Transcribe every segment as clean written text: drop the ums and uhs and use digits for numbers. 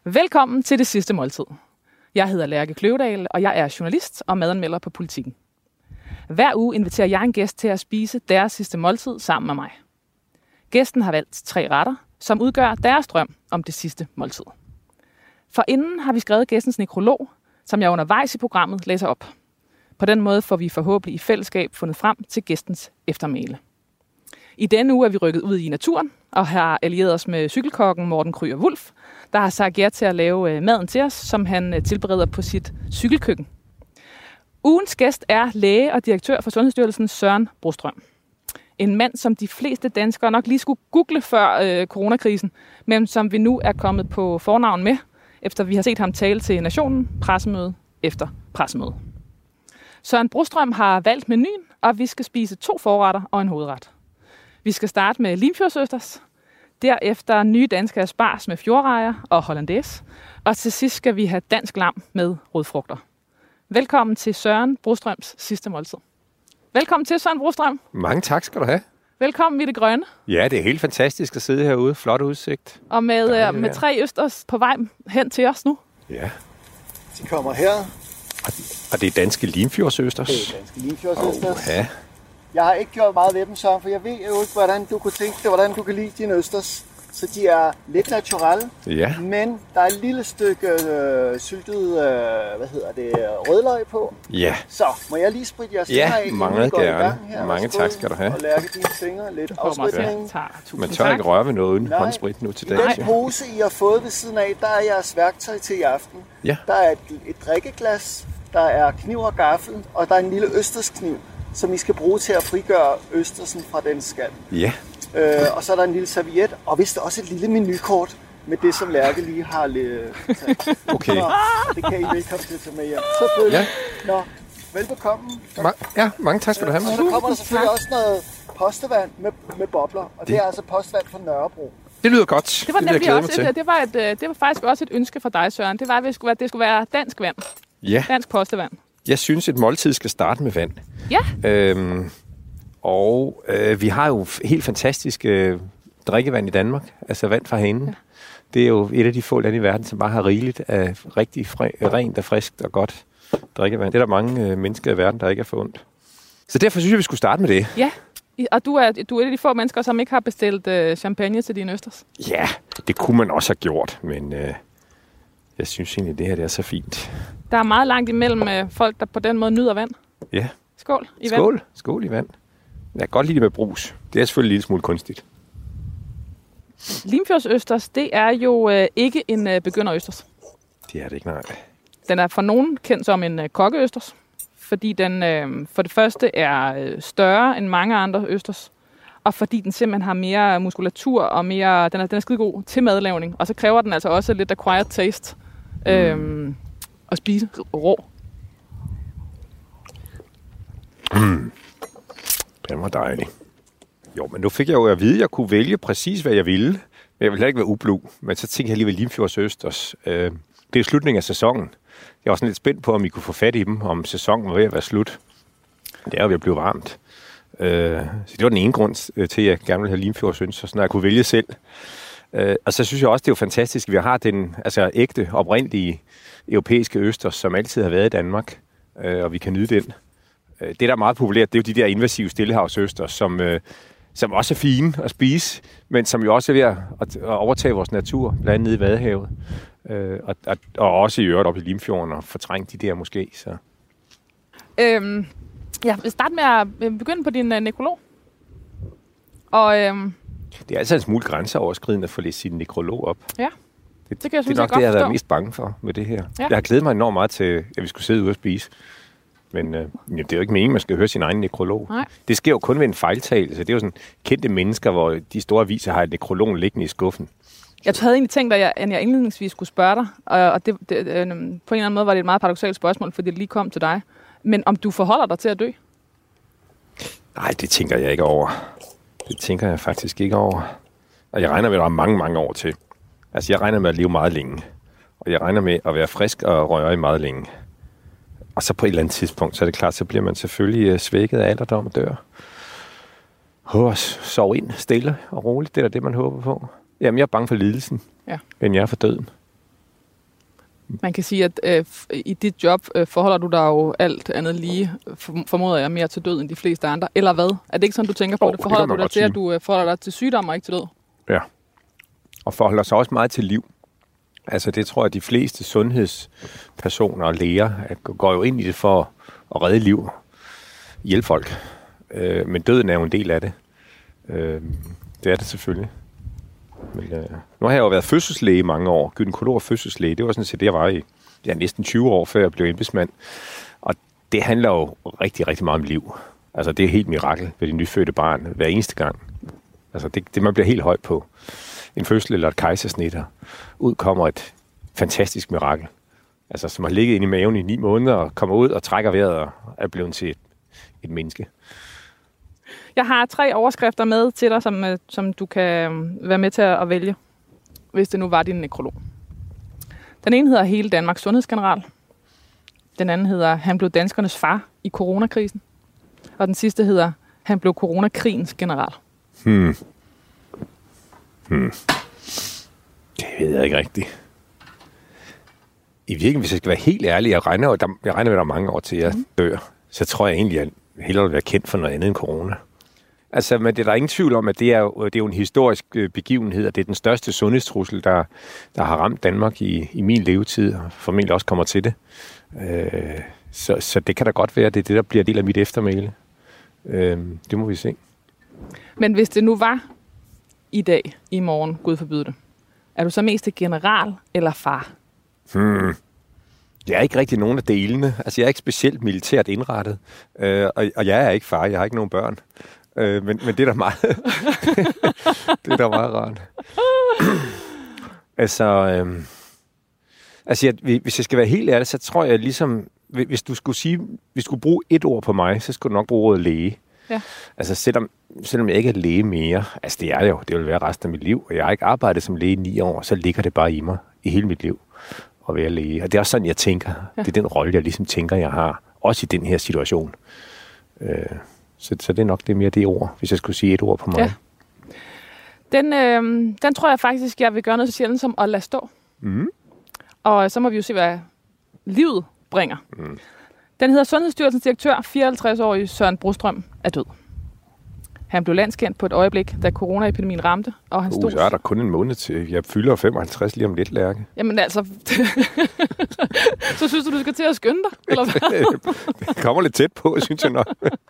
Velkommen til Det Sidste Måltid. Jeg hedder Lærke Kløvedal, og jeg er journalist og madanmelder på Politiken. Hver uge inviterer jeg en gæst til at spise deres sidste måltid sammen med mig. Gæsten har valgt 3 retter, som udgør deres drøm om det sidste måltid. Forinden har vi skrevet gæstens nekrolog, som jeg undervejs i programmet læser op. På den måde får vi forhåbentlig i fællesskab fundet frem til gæstens eftermæle. I denne uge er vi rykket ud i naturen og har allieret os med cykelkokken Morten Kryger Wulff, der har sagt ja til at lave maden til os, som han tilbereder på sit cykelkøkken. Ugens gæst er læge og direktør for Sundhedsstyrelsen Søren Brostrøm. En mand, som de fleste danskere nok lige skulle google før coronakrisen, men som vi nu er kommet på fornavn med, efter vi har set ham tale til Nationen, pressemøde efter pressemøde. Søren Brostrøm har valgt menuen, og vi skal spise 2 forretter og en hovedret. Vi skal starte med limfjordsøsters, derefter nye danske asparges med fjordrejer og hollandaise, og til sidst skal vi have dansk lam med rødfrugter. Velkommen til Søren Brostrøms sidste måltid. Velkommen til, Søren Brostrøm. Mange tak skal du have. Velkommen i det grønne. Ja, det er helt fantastisk at sidde herude. Flot udsigt. Og med 3 østers på vej hen til os nu. Ja. De kommer her. Og det er danske limfjordsøsters. Det er danske limfjordsøsters. Ja. Jeg har ikke gjort meget ved dem, Søren, for jeg ved jo ikke, hvordan du kunne tænke det, hvordan du kan lide dine østers. Så de er lidt naturelle, Ja. men der er et lille stykke syltet, rødløg på. Ja. Så må jeg lige spritte jeres fingre af, meget går i gerne. gang her. Mange tak skal du have. Og lærke dine fingre, lidt afspritning. Man tør ikke røre ved noget uden håndsprit nu til I dags. den pose, I har fået ved siden af, der er jeres værktøj til i aften. Ja. Der er et drikkeglas, der er kniv og gaffel, og der er en lille østerskniv, som I skal bruge til at frigøre østersen fra den skal. Ja. Og så er der en lille serviet, og vist også et lille menukort med det, som Lærke lige har taget. Okay. Nå, det kan I velkommen til at tage med jer. Selvfølgelig. Ja. Nå, velbekomme. Mange tak skal du have. Og så kommer der selvfølgelig også noget postevand med bobler, og det er altså postvand fra Nørrebro. Det lyder godt. Det var nemlig også det var faktisk også et ønske fra dig, Søren. Det var, at det skulle være dansk vand. Ja. Dansk postevand. Jeg synes, et måltid skal starte med vand. Ja. Vi har jo helt fantastisk drikkevand i Danmark, altså vand fra hanen. Ja. Det er jo et af de få lande i verden, som bare har rigeligt af rigtig rent og friskt og godt drikkevand. Det er der mange mennesker i verden, der ikke er forundt. Så derfor synes jeg, vi skulle starte med det. Ja, og du er et af de få mennesker, som ikke har bestilt champagne til dine østers. Ja, det kunne man også have gjort, men jeg synes egentlig, det her det er så fint. Der er meget langt imellem folk, der på den måde nyder vand. Ja. Skål i vand. Skål i vand. Jeg kan godt lide det med brus. Det er selvfølgelig en lille smule kunstigt. Limfjordsøsters, det er jo ikke en begynderøsters. Det er det ikke, nej. Den er for nogen kendt som en kokkeøsters, fordi den for det første er større end mange andre østers, og fordi den simpelthen har mere muskulatur og mere, den er skide god til madlavning, og så kræver den altså også lidt acquired taste at spise rå. Den var dejlig. Jo, men nu fik jeg jo at vide, at jeg kunne vælge præcis, hvad jeg ville. Men jeg ville heller ikke være ublu. Men så tænkte jeg alligevel Limfjordsøsters. Det er jo slutningen af sæsonen. Jeg var sådan lidt spændt på, om I kunne få fat i dem, om sæsonen var ved at være slut. Det er jo ved at blive varmt. Så det var den ene grund til, at jeg gerne ville have Limfjordsøsters, når jeg kunne vælge selv. Og så synes jeg også, det er jo fantastisk, at vi har den ægte, oprindelige europæiske østers, som altid har været i Danmark. Og vi kan nyde den. Det, der er meget populært, det er jo de der invasive stillehavsøsters, som også er fine at spise, men som jo også er ved at overtage vores natur, blandt andet nede i Vadehavet. Og også i øvrigt op i Limfjorden og fortrænge de der måske. Så. Jeg vil starte med at begynde på din nekrolog. Og, det er altså en smule grænseoverskridende at få læst sin nekrolog op. Ja, det kan jeg synes, det er nok det, jeg har været mest bange for med det her. Ja. Jeg har glædet mig enormt meget til, at vi skulle sidde ude og spise. Men det er jo ikke meningen, man skal høre sin egen nekrolog. Nej. Det sker jo kun ved en fejltagelse. Det er jo sådan kendte mennesker, hvor de store aviser har et nekrolog liggende i skuffen. Jeg havde egentlig tænkt, at jeg indledningsvis skulle spørge dig, og det, på en eller anden måde var det et meget paradoksalt spørgsmål, fordi det lige kom til dig. Men om du forholder dig til at dø? Nej, det tænker jeg ikke over. Det tænker jeg faktisk ikke over. Og jeg regner med, at der er mange, mange år til. Altså, jeg regner med at leve meget længe. Og jeg regner med at være frisk og røre i meget længe. Og så på et eller andet tidspunkt, så er det klart, så bliver man selvfølgelig svækket af alderdom og dør. Sov ind stille og roligt, det er det, man håber på. Jamen, jeg er bange for lidelsen, end jeg er for døden. Man kan sige, at i dit job forholder du dig jo alt andet lige, formoder jeg, mere til død end de fleste andre. Eller hvad? Er det ikke sådan, du tænker på det? Forholder du dig til, at du forholder dig til sygdom og ikke til død? Ja, og forholder sig også meget til liv. Altså det tror jeg, de fleste sundhedspersoner og læger går jo ind i det for at redde liv, hjælpe folk. Men døden er jo en del af det. Det er det selvfølgelig. Men, nu har jeg jo været fødselslæge i mange år, gynekolog og fødselslæge. Det var sådan set det, jeg var i næsten 20 år, før jeg blev embedsmand. Og det handler jo rigtig, rigtig meget om liv. Altså det er helt mirakel ved det nyfødte barn hver eneste gang. Altså det man bliver helt højt på. En fødsel eller et kejsersnit, og ud kommer et fantastisk mirakel. Altså som har ligget inde i maven i 9 måneder, og kommer ud og trækker vejret og er blevet til et menneske. Jeg har 3 overskrifter med til dig, som du kan være med til at vælge, hvis det nu var din nekrolog. Den ene hedder Hele Danmarks sundhedsgeneral. Den anden hedder Han blev danskernes far i coronakrisen. Og den sidste hedder Han blev coronakrigens general. Det ved jeg ikke rigtigt. I virkeligheden, hvis jeg skal være helt ærlig, jeg regner med, at der er mange år til, jeg dør, så tror jeg egentlig, at jeg hellere vil være kendt for noget andet end corona. Altså, men det er der ingen tvivl om, at det er jo en historisk begivenhed, og det er den største sundhedstrussel, der har ramt Danmark i min levetid, og formentlig også kommer til det. Så det kan da godt være, at det er det, der bliver del af mit eftermæle. Det må vi se. Men hvis det nu var i dag, i morgen, Gud forbyde det, er du så mest general eller far? Jeg er ikke rigtig nogen af delene. Altså, jeg er ikke specielt militært indrettet, og jeg er ikke far. Jeg har ikke nogen børn. Men det er da meget, det er da meget rart. Altså, hvis jeg skal være helt ærlig, så tror jeg ligesom, hvis du skulle bruge et ord på mig, så skulle du nok bruge ordet læge. Ja. Altså, selvom jeg ikke er læge mere, altså det vil være resten af mit liv, og jeg har ikke arbejdet som læge i 9 år, så ligger det bare i mig i hele mit liv at være læge. Og det er også sådan, jeg tænker. Ja. Det er den rolle, jeg ligesom tænker, jeg har, også i den her situation. Så det er nok det mere det ord, hvis jeg skulle sige et ord på mig. Ja. Den tror jeg faktisk, jeg vil gøre noget så sjældent som at lade stå. Og så må vi jo se, hvad livet bringer. Den hedder Sundhedsstyrelsens direktør, 54-årig Søren Brostrøm, er død. Han blev landskendt på et øjeblik, da coronaepidemien ramte, og han stod... Så er der kun en måned til. Jeg fylder 55 lige om lidt, Lærke. Jamen altså... så synes du skal til at skynde dig, eller hvad? Det kommer lidt tæt på, synes jeg nok.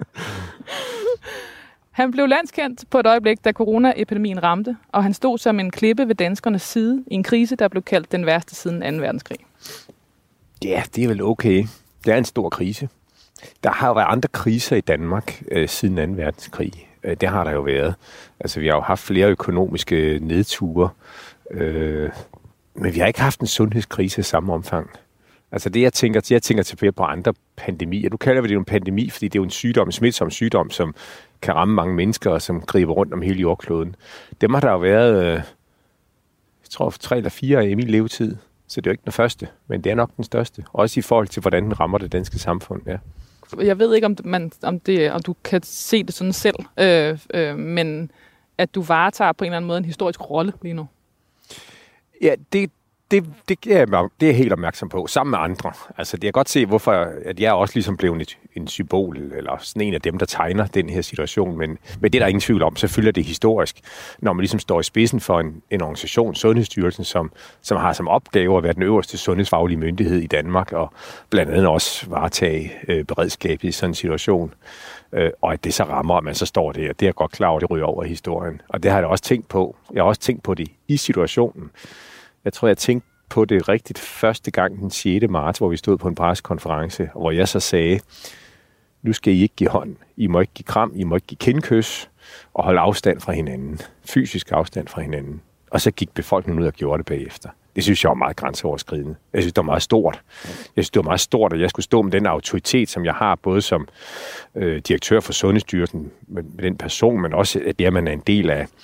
Han blev landskendt på et øjeblik, da coronaepidemien ramte, og han stod som en klippe ved danskernes side i en krise, der blev kaldt den værste siden 2. verdenskrig. Ja, det er vel okay. Det er en stor krise. Der har jo været andre kriser i Danmark siden 2. verdenskrig. Det har der jo været. Altså, vi har jo haft flere økonomiske nedture, men vi har ikke haft en sundhedskrise i samme omfang. Altså, det jeg tænker tilbage på andre pandemier. Nu kalder vi det jo en pandemi, fordi det er jo en smitsom sygdom, som kan ramme mange mennesker, og som griber rundt om hele jordkloden. Dem har der jo været, jeg tror, 3 eller 4 i min levetid. Så det er jo ikke den første, men det er nok den største. Også i forhold til, hvordan den rammer det danske samfund, ja. Jeg ved ikke, om du kan se det sådan selv, men at du varetager på en eller anden måde en historisk rolle lige nu. Ja, det er jeg helt opmærksom på, sammen med andre. Altså, det er godt se, hvorfor at jeg også ligesom blev en symbol, eller sådan en af dem, der tegner den her situation. Men det er der ingen tvivl om. Selvfølgelig er det historisk, når man ligesom står i spidsen for en organisation, Sundhedsstyrelsen, som har som opgave at være den øverste sundhedsfaglige myndighed i Danmark, og blandt andet også varetage beredskabet i sådan en situation. Og at det så rammer, at man så står der. Det er jeg godt klar over, det ryger over i historien. Og det har jeg også tænkt på. Jeg har også tænkt på det i situationen. Jeg tror, jeg tænkte på det rigtigt første gang den 6. marts, hvor vi stod på en pressekonference, hvor jeg så sagde, nu skal I ikke give hånd, I må ikke give kram, I må ikke give kindkys, og holde afstand fra hinanden, fysisk afstand fra hinanden. Og så gik befolkningen ud og gjorde det bagefter. Det synes jeg var meget grænseoverskridende. Jeg synes, det var meget stort. Jeg synes, det var meget stort, at jeg skulle stå med den autoritet, som jeg har, både som direktør for Sundhedsstyrelsen, med den person, men også, at man er en del af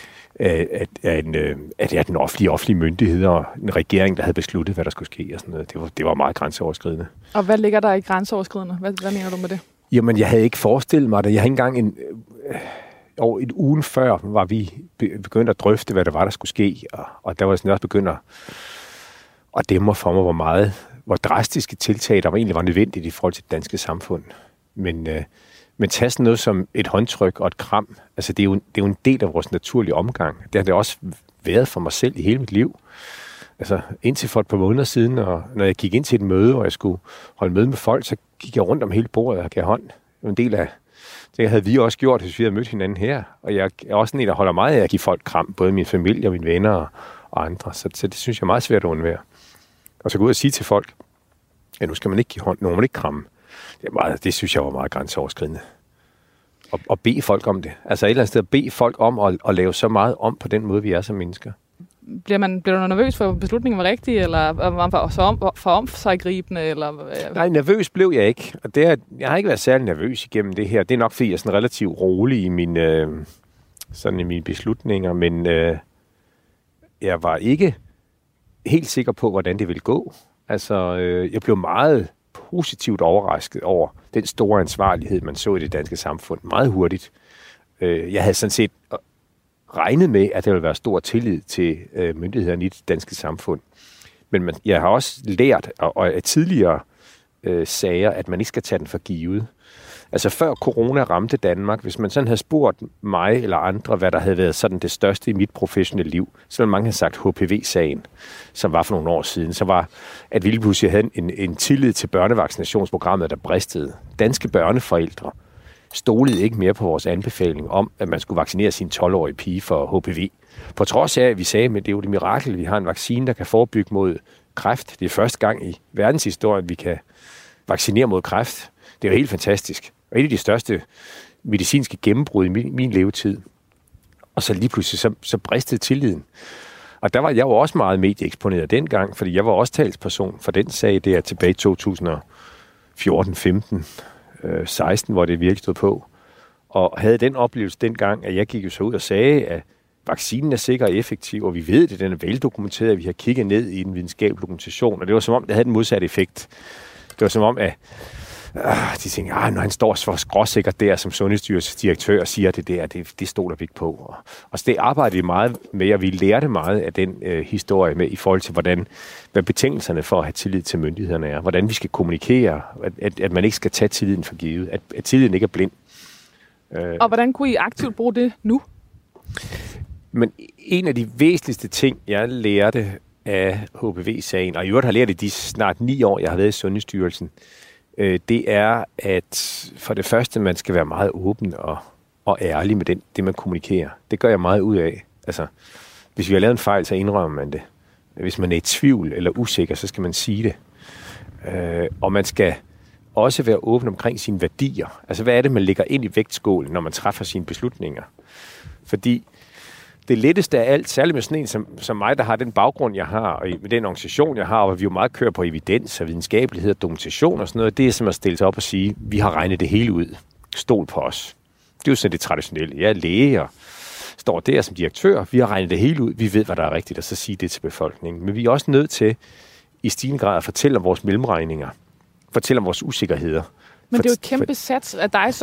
at det er den offentlige myndighed og en regering, der havde besluttet, hvad der skulle ske og sådan noget. Det var meget grænseoverskridende. Og hvad ligger der i grænseoverskridende? Hvad mener du med det? Jamen, jeg havde ikke forestillet mig det. Jeg havde ikke engang over et ugen før var vi begyndt at drøfte, hvad der var, der skulle ske. Og der var sådan også begyndt og dæmmer for mig, hvor drastiske tiltag, der egentlig var nødvendigt i forhold til det danske samfund. Men tage sådan noget som et håndtryk og et kram, altså det er jo en del af vores naturlige omgang. Det har det også været for mig selv i hele mit liv. Altså indtil for et par måneder siden, og når jeg gik ind til et møde, hvor jeg skulle holde møde med folk, så gik jeg rundt om hele bordet og gav hånd. Det var en del af det havde vi også gjort, hvis vi havde mødt hinanden her. Og jeg er også en, der holder meget af at give folk kram, både min familie og mine venner og andre. Så det synes jeg er meget svært at undvære. Og så gå ud og sige til folk, ja, nu skal man ikke give hånd, nu må man ikke kramme. Det synes jeg var meget grænseoverskridende. Og bede folk om det. Altså et eller andet sted at bede folk om at lave så meget om på den måde, vi er som mennesker. Bliver du nervøs for, at beslutningen var rigtig, eller var man for omsiggribende? Eller? Nej, nervøs blev jeg ikke. Og jeg har ikke været særlig nervøs igennem det her. Det er nok, fordi jeg er sådan relativt rolig i mine beslutninger, men jeg var ikke helt sikker på, hvordan det ville gå. Altså, jeg blev meget positivt overrasket over den store ansvarlighed, man så i det danske samfund meget hurtigt. Jeg havde sådan set regnet med, at der ville være stor tillid til myndighederne i det danske samfund. Men jeg har også lært af tidligere sager, at man ikke skal tage den for givet. Altså før corona ramte Danmark, hvis man sådan havde spurgt mig eller andre, hvad der havde været sådan det største i mit professionelle liv, så ville mange have sagt HPV-sagen, som var for nogle år siden. Så var, at vi lige pludselig havde en tillid til børnevaccinationsprogrammet, der bristede. Danske børneforældre stolede ikke mere på vores anbefaling om, at man skulle vaccinere sin 12-årige pige for HPV. På trods af, at vi sagde, at det er jo det mirakel, vi har en vaccine, der kan forebygge mod kræft. Det er første gang i verdenshistorien, vi kan vaccinere mod kræft. Det er jo helt fantastisk. Og et af de største medicinske gennembrud i min levetid. Og så lige pludselig så bristede tilliden. Og der var jeg jo også meget medieeksponeret dengang, fordi jeg var også talsperson for den sag der tilbage i 2014, 15, 16, hvor det virkelig stod på. Og havde den oplevelse dengang, at jeg gik jo så ud og sagde, at vaccinen er sikker og effektiv, og vi ved det, den er veldokumenteret, vi har kigget ned i den videnskabelige dokumentation, og det var som om, det havde den modsatte effekt. Det var som om, at de tænkte, når han står så skråsikkert der som sundhedsstyrelsens direktør og siger det stoler vi ikke på. Og så det arbejdede meget med, og vi lærte meget af den historie med i forhold til, hvad betingelserne for at have tillid til myndighederne er, hvordan vi skal kommunikere, at man ikke skal tage tilliden for givet, at tilliden ikke er blind. Og hvordan kunne I aktivt bruge det nu? Men en af de væsentligste ting, jeg lærte af HPV-sagen, og i øvrigt har lært i de snart 9 år, jeg har været i Sundhedsstyrelsen, det er, at for det første, man skal være meget åben og ærlig med det, man kommunikerer. Det gør jeg meget ud af. Altså, hvis vi har lavet en fejl, så indrømmer man det. Hvis man er i tvivl eller usikker, så skal man sige det. Og man skal også være åben omkring sine værdier. Altså, hvad er det, man lægger ind i vægtskålen, når man træffer sine beslutninger? Fordi det letteste af alt, særligt med sådan en som mig, der har den baggrund, jeg har, og med den organisation, jeg har, og vi jo meget kører på evidens og videnskabelighed og dokumentation og sådan noget, det er som at stille sig op og sige, vi har regnet det hele ud. Stol på os. Det er jo sådan det traditionelle. Jeg er læge og står der som direktør. Vi har regnet det hele ud. Vi ved, hvad der er rigtigt, og så sige det til befolkningen. Men vi er også nødt til i stigende grad at fortælle om vores mellemregninger. Fortælle om vores usikkerheder. Men det er jo et kæmpe sats af dig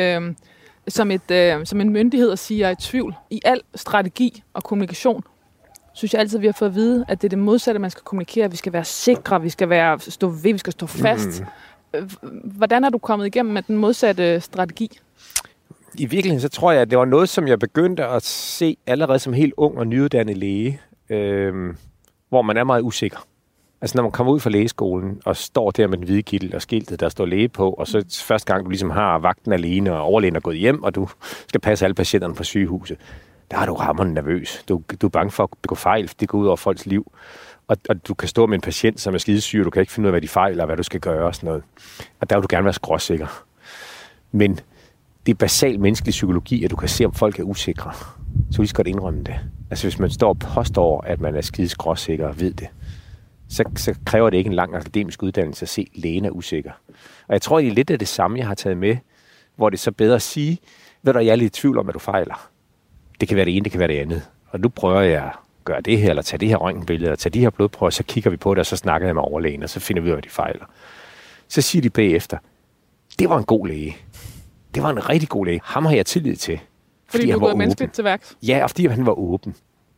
som en myndighed at sige, at jeg er i tvivl. I al strategi og kommunikation, synes jeg altid, vi har fået at vide, at det er det modsatte, man skal kommunikere. Vi skal være sikre, vi skal stå ved, vi skal stå fast. Hvordan er du kommet igennem med den modsatte strategi? I virkeligheden så tror jeg, at det var noget, som jeg begyndte at se allerede som helt ung og nyuddannet læge, hvor man er meget usikker. Altså når man kommer ud fra lægeskolen og står der med den hvide kittel og skiltet, der står læge på, og så første gang du ligesom har vagten alene, og overlægen er gået hjem, og du skal passe alle patienterne på sygehuset, der er du rammerne nervøs. Du er bange for at begå fejl, det går ud over folks liv. Og du kan stå med en patient, som er skidesyg, og du kan ikke finde ud af, hvad de fejler, og hvad du skal gøre og sådan noget. Og der vil du gerne være skråsikker. Men det er basal menneskelig psykologi, at du kan se, om folk er usikre. Så vi skal godt indrømme det. Altså hvis man står og påstår, at man er skide skråsikker og ved det, så kræver det ikke en lang akademisk uddannelse at se, at lægen er usikker. Og jeg tror, det er lidt af det samme, jeg har taget med, hvor det er så bedre at sige, ved du, jeg er lidt i tvivl om, hvad du fejler. Det kan være det ene, det kan være det andet. Og nu prøver jeg at gøre det her, eller tage det her røntgenbillede, eller tage de her blodprøver, så kigger vi på det, og så snakker jeg med overlægen, og så finder vi ud af, hvad de fejler. Så siger de bagefter, det var en god læge. Det var en rigtig god læge. Ham har jeg tillid til. Fordi du er gået menneskeligt til værks? Ja, og fordi han var åben.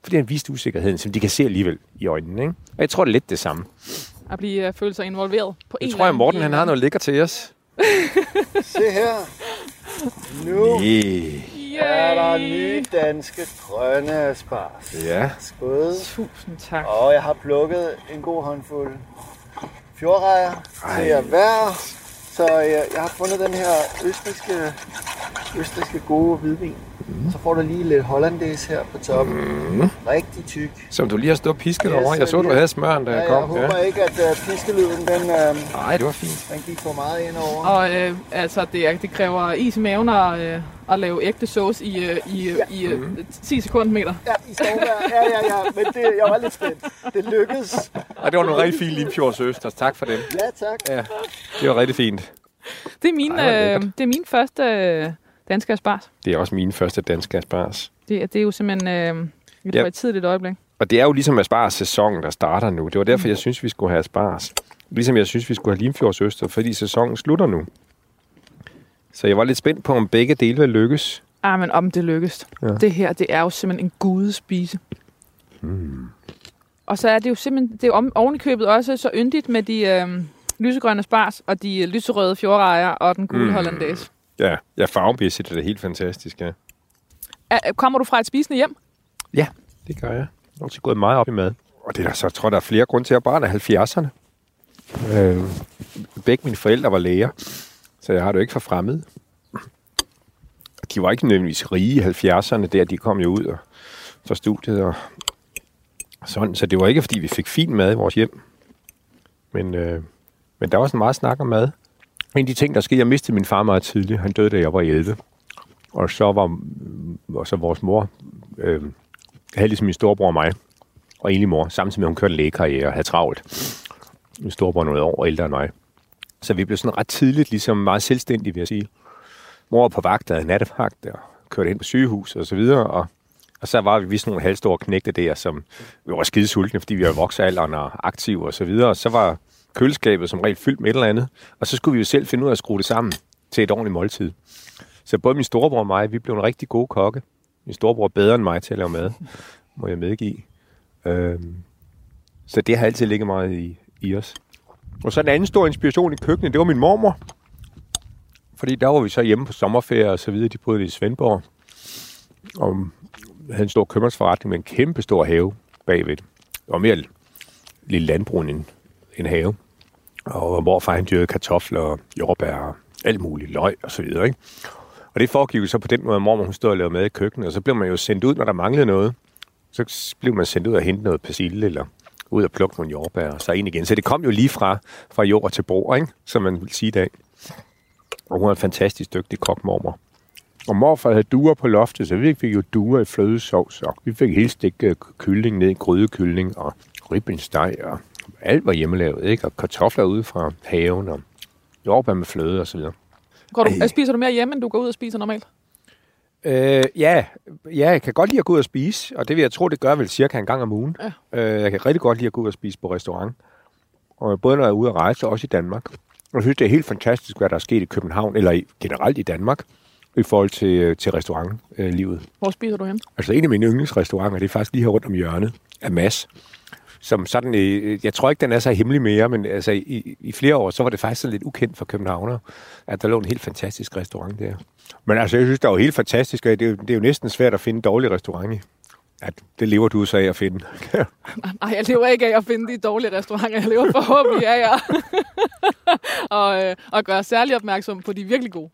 Fordi han viste usikkerheden, som de kan se alligevel i øjnene. Ikke? Og jeg tror, det er lidt det samme. At blive føle sig involveret på en tror jeg, Morten han har noget lækker til os. Se her. Nu er der nye danske grønne asparges. Ja. Skål. Tusind tak. Og jeg har plukket en god håndfuld fjordrejer til jer hver. Så jeg har fundet den her østrigske gode hvidvin. Så får du lige lidt hollandaise her på toppen. Rigtig tyk. Som du lige har stået og pisket over. Jeg så, du havde smøren, da jeg kom. Jeg håber ikke, at piskelyden, nej, det var fint. Den gik for meget ind over. Og altså, det kræver is i maven at lave ægte sauce i 10 sekundmeter. Ja, i stovvær. Ja. Men jeg var lidt spændt. Det lykkedes. Og det var nogle rigtig fine Limfjordsøsters. Tak for dem. Ja, tak. Ja, det var rigtig fint. Det er min første danske asparges. Det er også mine første danske asparges. Det er jo simpelthen et tidligt øjeblik. Og det er jo ligesom asparges-sæsonen, der starter nu. Det var derfor, jeg synes, vi skulle have asparges. Ligesom jeg synes, vi skulle have Limfjordsøster, fordi sæsonen slutter nu. Så jeg var lidt spændt på, om begge dele vil lykkes. Men om det lykkes. Ja. Det her, det er jo simpelthen en gudespise. Og så er det jo simpelthen, det er oven i købet også så yndigt med de lysegrønne asparges og de lyserøde fjordrejer og den gule hollandaise. Ja, farvemæssigt er det helt fantastisk, ja. Kommer du fra et spisende hjem? Ja, det gør jeg. Jeg har også gået meget op i mad. Og det er der, så tror der er flere grunde til at barn af 70'erne. Begge mine forældre var læger, så jeg har det jo ikke for fremmed. De var ikke nødvendigvis rige i 70'erne, der de kom jo ud fra studiet og sådan. Så det var ikke, fordi vi fik fin mad i vores hjem. Men der var sådan meget snak om mad. En af de ting, der skete, jeg mistede min far meget tidligt. Han døde, da jeg var 11. Og så var vores mor, havde ligesom min storebror og mig, og egentlig mor, samtidig med, at hun kørte lægekarriere og havde travlt. Min storebror noget år ældre end mig. Så vi blev sådan ret tidligt, ligesom meget selvstændige, vil jeg sige. Mor var på vagt, havde nattevagt, og kørte ind på sygehus og så videre, og så var vi sådan nogle halvstore knægte der, som vi var skidesultne, fordi vi var voksealderen og aktive og så videre, og så var køleskabet som regel fyldt med et eller andet, og så skulle vi jo selv finde ud af at skrue det sammen til et ordentligt måltid. Så både min storebror og mig, vi blev en rigtig gode kokke. Min storebror er bedre end mig til at lave mad, må jeg medgive. Så det har altid ligget meget i os. Og så en anden stor inspiration i køkkenet, det var min mormor. Fordi der var vi så hjemme på sommerferie og så videre, de boede i Svendborg. Og havde en stor købmandsforretning med en kæmpe stor have bagved. Det var mere lille landbrug end en have. Og morfar han dyrkede kartofler og jordbær og alt muligt, løg og så videre, ikke? Og det foregik så på den måde, at mormor hun stod og lavede mad i køkkenet, og så blev man jo sendt ud, når der manglede noget. Så blev man sendt ud og hente noget persille, eller ud og plukke nogle jordbær, og så ind igen. Så det kom jo lige fra jord til bord, ikke? Som man vil sige i dag. Og hun er en fantastisk dygtig kok, mormor. Og morfar havde duer på loftet, så vi fik jo duer i flødesovs, og vi fik helt stikket kylling ned i grydekylling, og ribbensteg, og alt var hjemmelavet, ikke? Og kartofler ude fra haven, og jordbær med fløde og så videre. Spiser du mere hjemme, end du går ud og spiser normalt? Ja, jeg kan godt lide at gå ud og spise, og det vil jeg tro, det gør vel cirka en gang om ugen. Ja. Jeg kan rigtig godt lide at gå ud og spise på restaurant, og både når jeg er ude at rejse, og også i Danmark. Og jeg synes, det er helt fantastisk, hvad der er sket i København, eller generelt i Danmark, i forhold til restaurantlivet. Hvor spiser du hen? Altså en af mine yndlingsrestauranter, det er faktisk lige her rundt om hjørnet, af Mads. Som sådan, jeg tror ikke, den er så hemmelig mere, men altså, i flere år, så var det faktisk sådan lidt ukendt for københavnere, at der lå en helt fantastisk restaurant der. Men altså, jeg synes, det er jo helt fantastisk, og det er jo næsten svært at finde en dårlig restaurant i. Ja, det lever du så af at finde. Nej, jeg lever ikke af at finde de dårlige restauranter. Jeg lever forhåbentlig af og gøre særlig opmærksom på de virkelig gode.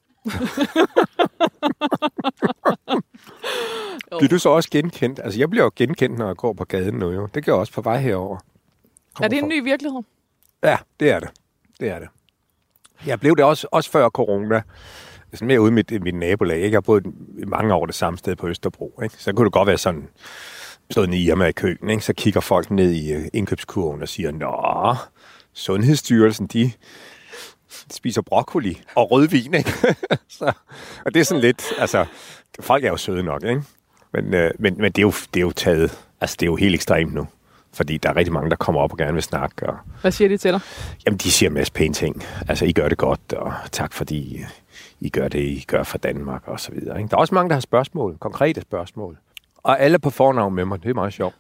Bliver du så også genkendt? Altså, jeg bliver jo genkendt, når jeg går på gaden nu, jo. Det gør jeg også på vej herover. Er det en ny virkelighed? Ja, det er det. Det er det. Jeg blev det også før corona. Sådan mere ude i mit nabolag. Jeg har boet i mange år det samme sted på Østerbro. Ikke? Så kunne det godt være sådan, stået nede i Irma i køkken, ikke? Så kigger folk ned i indkøbskurven og siger, nå, Sundhedsstyrelsen, de spiser broccoli og rødvin, ikke? Og det er sådan lidt, altså, folk er jo søde nok, ikke? Men det er jo taget, altså det er jo helt ekstremt nu. Fordi der er rigtig mange, der kommer op og gerne vil snakke. Og hvad siger de til dig? Jamen, de siger en masse pæne ting. Altså, I gør det godt, og tak fordi I gør det, I gør for Danmark, og så videre. Ikke? Der er også mange, der har spørgsmål, konkrete spørgsmål. Og alle på fornavn med mig. Det er meget sjovt.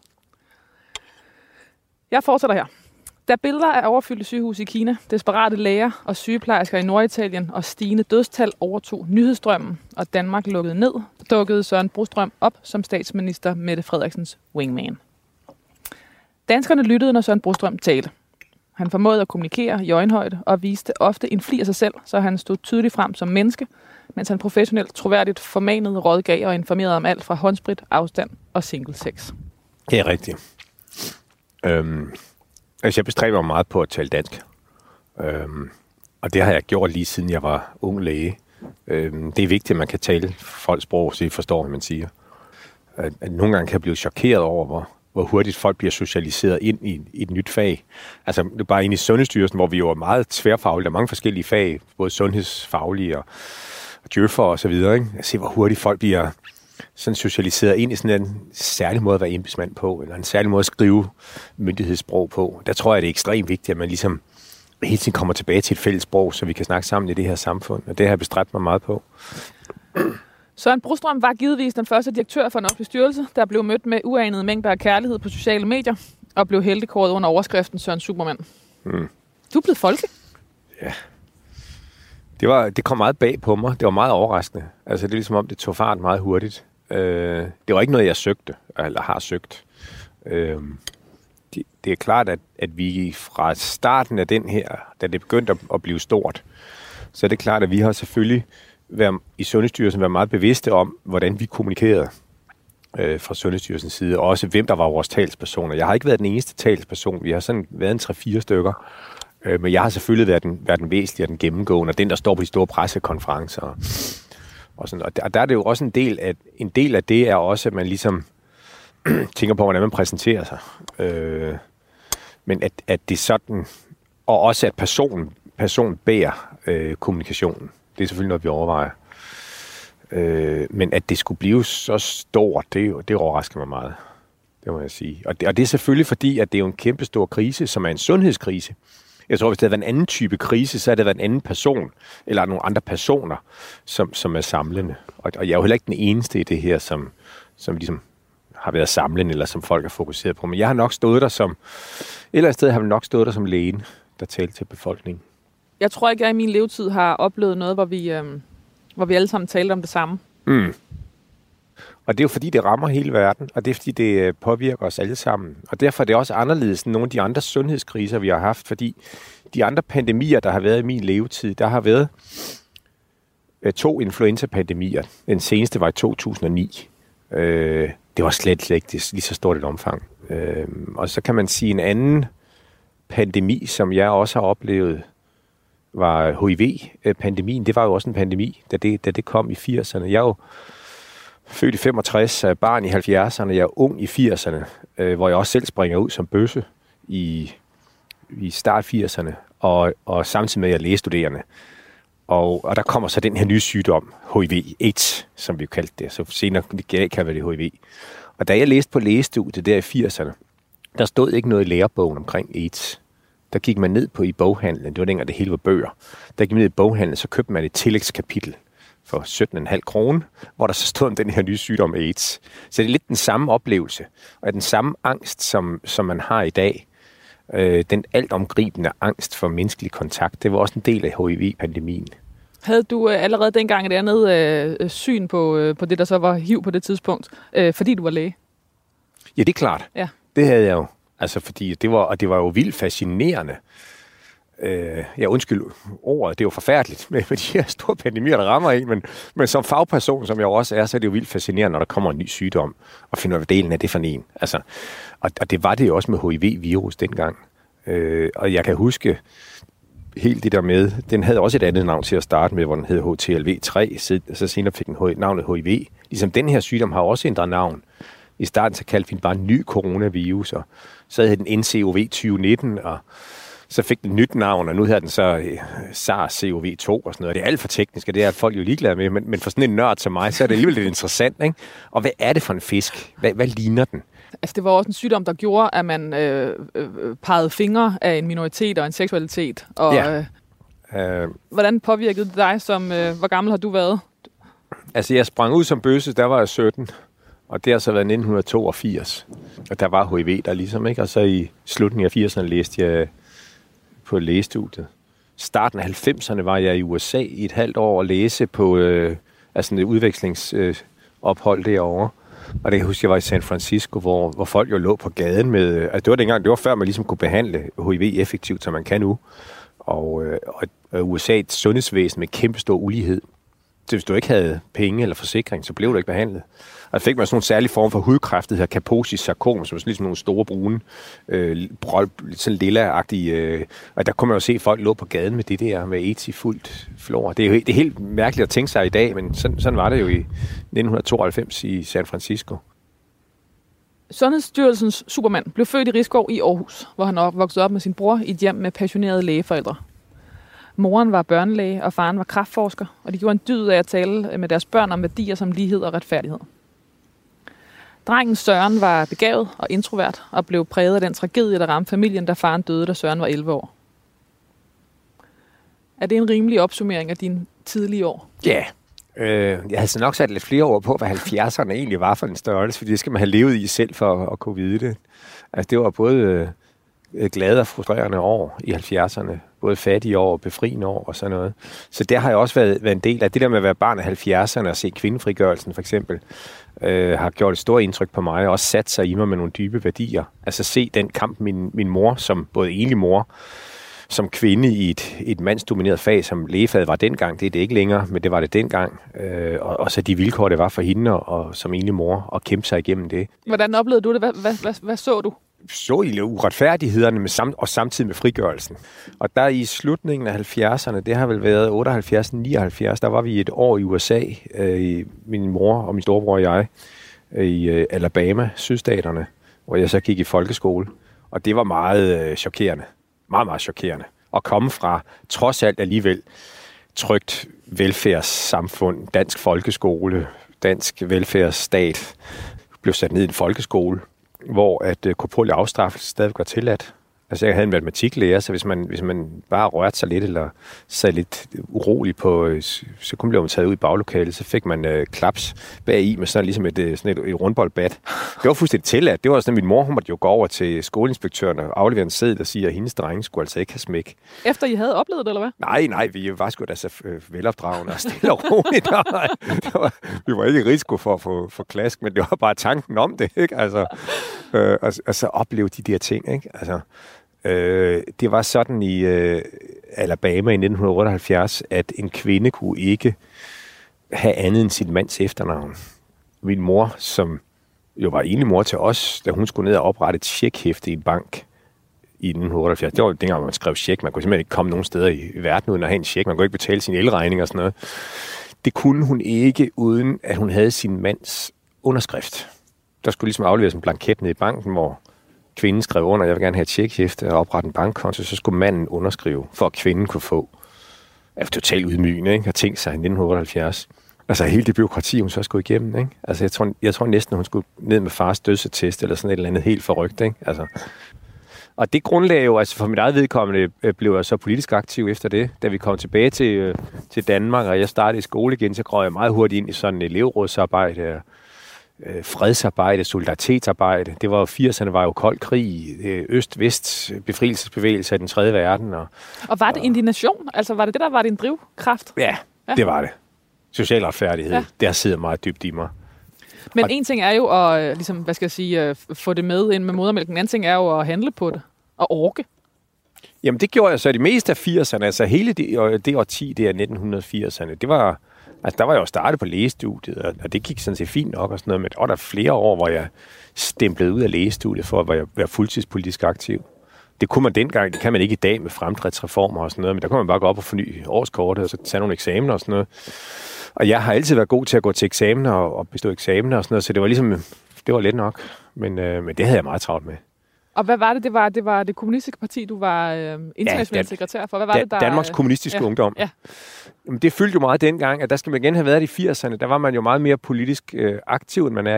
Jeg fortsætter her. Da billeder af overfyldte sygehus i Kina, desperate læger og sygeplejersker i Norditalien og stigende dødstal overtog nyhedsstrømmen, og Danmark lukkede ned, dukkede Søren Brostrøm op som statsminister Mette Frederiksens wingman. Danskerne lyttede, når Søren Brostrøm talte. Han formåede at kommunikere i øjenhøjde og viste ofte en fli af sig selv, så han stod tydeligt frem som menneske, mens han professionelt troværdigt formanede, rådgav og informerede om alt fra håndsprit, afstand og single sex. Det er rigtigt. Jeg bestræber mig meget på at tale dansk. Og det har jeg gjort lige siden jeg var ung læge. Det er vigtigt, at man kan tale folks sprog, så I forstår, hvad man siger. At nogle gange kan jeg blive chokeret over, hvor hurtigt folk bliver socialiseret ind i et nyt fag. Altså, det er bare inde i Sundhedsstyrelsen, hvor vi jo er meget tværfaglige. Der er mange forskellige fag, både sundhedsfaglige og djøffer og så videre. Ikke? Jeg ser, hvor hurtigt folk bliver sådan socialiseret ind i sådan en særlig måde at være embedsmand på, eller en særlig måde at skrive myndighedssprog på. Der tror jeg, det er ekstremt vigtigt, at man ligesom hele tiden kommer tilbage til et fælles sprog, så vi kan snakke sammen i det her samfund. Og det har jeg bestræbt mig meget på. Søren Brostrøm var givetvis den første direktør for en offentlig styrelse, der blev mødt med uanede mængder af kærlighed på sociale medier, og blev heltekåret under overskriften Søren Superman. Du er blevet folkelig. Ja. Det kom meget bag på mig. Det var meget overraskende. Altså, det er ligesom om, det tog fart meget hurtigt. Det var ikke noget, jeg søgte, eller har søgt. Det er klart, at vi fra starten af den her, da det begyndte at blive stort, så er det klart, at vi har selvfølgelig i Sundhedsstyrelsen været meget bevidste om, hvordan vi kommunikerede fra Sundhedsstyrelsens side, og også hvem der var vores talspersoner. Jeg har ikke været den eneste talsperson. Vi har sådan været en 3-4 stykker. Men jeg har selvfølgelig været den væsentlige og den gennemgående, og den, der står på de store pressekonferencer. Og sådan. Og der er det jo også en del af det er også, at man ligesom tænker på, hvordan man præsenterer sig. Men at det er sådan, og også at personen bærer kommunikationen. Det er selvfølgelig noget, vi overvejer. Men at det skulle blive så stort, det overrasker mig meget. Det må jeg sige. Og det er selvfølgelig fordi, at det er jo en kæmpe stor krise, som er en sundhedskrise. Jeg tror, hvis det havde været en anden type krise, så havde det været en anden person, eller nogle andre personer, som er samlende. Og jeg er jo heller ikke den eneste i det her, som ligesom har været samlende, eller som folk er fokuseret på. Men jeg har nok stået der som, et eller andet sted har vi nok stået der som lægen, der talte til befolkningen. Jeg tror ikke, jeg i min levetid har oplevet noget, hvor vi alle sammen talte om det samme. Og det er jo fordi, det rammer hele verden, og det er fordi, det påvirker os alle sammen. Og derfor er det også anderledes end nogle af de andre sundhedskriser, vi har haft, fordi de andre pandemier, der har været i min levetid, der har været 2 influenza-pandemier. Den seneste var i 2009. Det var slet ikke lige så stort et omfang. Og så kan man sige, en anden pandemi, som jeg også har oplevet, var HIV-pandemien. Det var jo også en pandemi, da det kom i 80'erne. Jeg er jo født i 65, barn i 70'erne, jeg er ung i 80'erne, hvor jeg også selv springer ud som bøsse i start 80'erne, og samtidig med, at jeg er lægestuderende. Og der kommer så den her nye sygdom, HIV-AIDS, som vi kaldte det, så senere kan det HIV. Og da jeg læste på lægestudiet der i 80'erne, der stod ikke noget i lærebogen omkring AIDS. Der gik man ned i boghandlen, det var dengang det hele var bøger. Der gik man ned i boghandlen, så købte man et tillægskapitel for 17,5 kroner, hvor der så stod om den her nye sygdom AIDS. Så det er lidt den samme oplevelse, og den samme angst, som man har i dag. Den altomgribende angst for menneskelig kontakt, det var også en del af HIV-pandemien. Havde du allerede dengang et andet syn på det, der så var HIV på det tidspunkt, fordi du var læge? Ja, det er klart. Ja. Det havde jeg jo. Altså, fordi det var jo vildt fascinerende. Undskyld ordet, det er jo forfærdeligt med de her store pandemier, der rammer en, men som fagperson, som jeg også er, så er det jo vildt fascinerende, når der kommer en ny sygdom, og finder ud af delen af det for en. Altså, og det var det jo også med HIV-virus dengang. Og jeg kan huske helt det der med, den havde også et andet navn til at starte med, hvor den hed HTLV3, så senere fik den navnet HIV. Ligesom den her sygdom har også ændret navn. I starten så kaldte vi den bare en ny coronavirus, og så hed den NCOV 2019, og så fik den et nyt navn, og nu hedder den så SARS-CoV-2 og sådan noget. Det er alt for teknisk, og det er folk jo ligeglade med, men for sådan en nørd som mig, så er det alligevel lidt interessant, ikke? Og hvad er det for en fisk? Hvad ligner den? Altså, det var også en sygdom, der gjorde, at man pegede fingre af en minoritet og en seksualitet. Og, ja. Hvordan påvirkede det dig? Hvor gammel har du været? Altså, jeg sprang ud som bøsse, der var jeg 17. Og det har så været 1982, og der var HIV der ligesom, ikke? Og så i slutningen af 80'erne læste jeg på lægestudiet. Starten af 90'erne var jeg i USA i et halvt år og læse på altså et udvekslingsophold derovre. Og det kan jeg huske, jeg var i San Francisco, hvor folk jo lå på gaden med... Altså det var dengang, det var før man ligesom kunne behandle HIV effektivt, som man kan nu. Og USA's sundhedsvæsen med kæmpe stor ulighed. Så hvis du ikke havde penge eller forsikring, så blev du ikke behandlet. Og så fik man sådan en særlig form for hudkræft, der hedder Kaposi sarkom, som er ligesom nogle store brune, sådan lilla-agtige... og der kunne man jo se, at folk lå på gaden med det der, med AIDS i fuldt flor. Det er helt mærkeligt at tænke sig i dag, men sådan var det jo i 1992 i San Francisco. Sundhedsstyrelsens Superman blev født i Risskov i Aarhus, hvor han voksede op med sin bror i et hjem med passionerede lægeforældre. Moren var børnelæge, og faren var kræftforsker, og de gjorde en dyd af at tale med deres børn om værdier som lighed og retfærdighed. Drengen Søren var begavet og introvert, og blev præget af den tragedie, der ramte familien, da faren døde, da Søren var 11 år. Er det en rimelig opsummering af dine tidlige år? Ja. Jeg havde så nok sat lidt flere år på, hvad 70'erne egentlig var for en størrelse, fordi det skal man have levet i selv for at kunne vide det. Altså det var både glade og frustrerende år i 70'erne. Både fattige år og befriende år og sådan noget. Så der har jeg også været en del af det der med at være barn af 70'erne og se kvindefrigørelsen for eksempel, har gjort et stort indtryk på mig og også sat sig i mig med nogle dybe værdier. Altså se den kamp, min mor, som både enlig mor, som kvinde i et mandsdomineret fag, som lægefaget var dengang, det er det ikke længere, men det var det dengang. Og så de vilkår, det var for hende og som enlig mor at kæmpe sig igennem det. Hvordan oplevede du det? Hvad så du? Så i uretfærdighederne og samtidig med frigørelsen. Og der i slutningen af 70'erne, det har vel været 78-79, der var vi et år i USA, min mor og min storebror og jeg, i Alabama, sydstaterne, hvor jeg så gik i folkeskole. Og det var meget chokerende. Meget, meget chokerende. At komme fra, trods alt alligevel, trygt velfærdssamfund, dansk folkeskole, dansk velfærdsstat, blev sat ned i en folkeskole, hvor at korporlig afstraffelse stadig var tilladt. Altså jeg havde en matematiklærer, så hvis man bare rørte sig lidt, eller sad lidt urolig på, så kunne man taget ud i baglokalet, så fik man klaps bagi med sådan ligesom et rundboldbat. Det var fuldstændig tilladt. Det var sådan, at min mor, hun måtte jo gå over til skoleinspektøren og aflevere en seddel og sige, at hendes drenge skulle altså ikke have smæk. Efter I havde oplevet det, eller hvad? Nej, vi var sgu da så velopdragende og stille og roligt. Vi var ikke i risiko for at få klask, men det var bare tanken om det, ikke? Altså, og så opleve de der ting, ikke? Altså, det var sådan i Alabama i 1978, at en kvinde kunne ikke have andet end sin mands efternavn. Min mor, som jo var enlig mor til os, da hun skulle ned og oprette et checkhæfte i en bank i 1978. Det var dengang, man skrev check. Man kunne simpelthen ikke komme nogen steder i verden uden at have en check. Man kunne ikke betale sin elregning og sådan noget. Det kunne hun ikke, uden at hun havde sin mands underskrift. Der skulle ligesom afleveres en blanket ned i banken, hvor kvinden skrev under, jeg vil gerne have et checkhæfte og oprette en bankkonto, så skulle manden underskrive, for at kvinden kunne få. Det var totalt ydmygende, ikke? At tænke sig i 1978. Altså hele det bureaukrati, hun så skulle igennem, ikke? Altså jeg tror næsten, hun skulle ned med fars dødsattest, eller sådan et eller andet helt forrygt, ikke? Altså. Og det grundlag jo, altså for mit eget vedkommende, blev jeg så politisk aktiv efter det. Da vi kom tilbage til Danmark, og jeg startede i skole igen, så grød jeg meget hurtigt ind i sådan et elevrådsarbejde, fredsarbejde, solidaritetsarbejde. Det var jo 80'erne, var jo kold krig, øst-vest, befrielsesbevægelser i den 3. verden. Og var det indignation? Altså var det der var din drivkraft? Ja, det var det. Social retfærdighed, der sidder meget dybt i mig. Men en ting er jo at ligesom, hvad skal jeg sige, få det med ind med modermælken. En anden ting er jo at handle på det og orke. Jamen det gjorde jeg så det meste af 80'erne, altså hele det årti, det er 1980'erne, det var... Altså, der var jeg jo startet på lægestudiet, og det gik sådan set fint nok og sådan noget, men der var der flere år, hvor jeg stemplede ud af lægestudiet for at være fuldtidspolitisk aktiv. Det kunne man dengang, det kan man ikke i dag med fremdriftsreformer og sådan noget, men der kunne man bare gå op og forny årskortet og så tage nogle eksamener og sådan noget. Og jeg har altid været god til at gå til eksamener og bestå eksamener og sådan noget, så det var ligesom, det var let nok, men det havde jeg meget travlt med. Og hvad var det? Det var det kommunistiske parti, du var international sekretær for. Hvad var det, der... Danmarks Kommunistiske Ungdom. Ja. Jamen, det fyldte jo meget dengang, at der skal man igen have været i 80'erne. Der var man jo meget mere politisk aktiv, end man er i dag.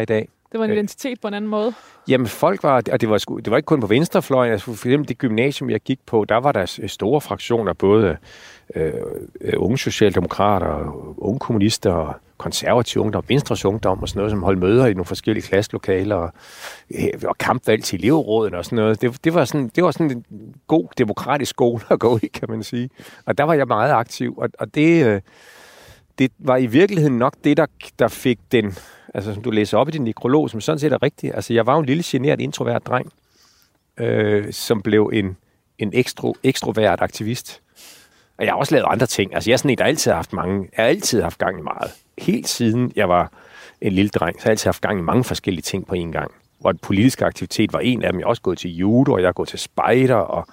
Det var en identitet på en anden måde. Jamen folk var, og det var ikke kun på venstrefløjen, altså for eksempel det gymnasium, jeg gik på, der var der store fraktioner, både unge socialdemokrater, unge kommunister, og konservative ungdom, venstres ungdom og sådan noget, som holdt møder i nogle forskellige klasselokaler og kampvalg til elevråden og sådan noget. Det var sådan en god demokratisk skole at gå i, kan man sige. Og der var jeg meget aktiv, og det var i virkeligheden nok det, der fik den, altså som du læser op i din nekrolog, som sådan set er rigtigt. Altså jeg var jo en lille genert introvert dreng, som blev en ekstrovert aktivist. Og jeg har også lavet andre ting. Altså jeg er sådan en, der altid har haft gang i meget. Helt siden jeg var en lille dreng, så har jeg altid haft gang i mange forskellige ting på en gang. Hvor den politiske aktivitet var en af dem. Jeg har også gået til judo, og jeg har gået til spejder, og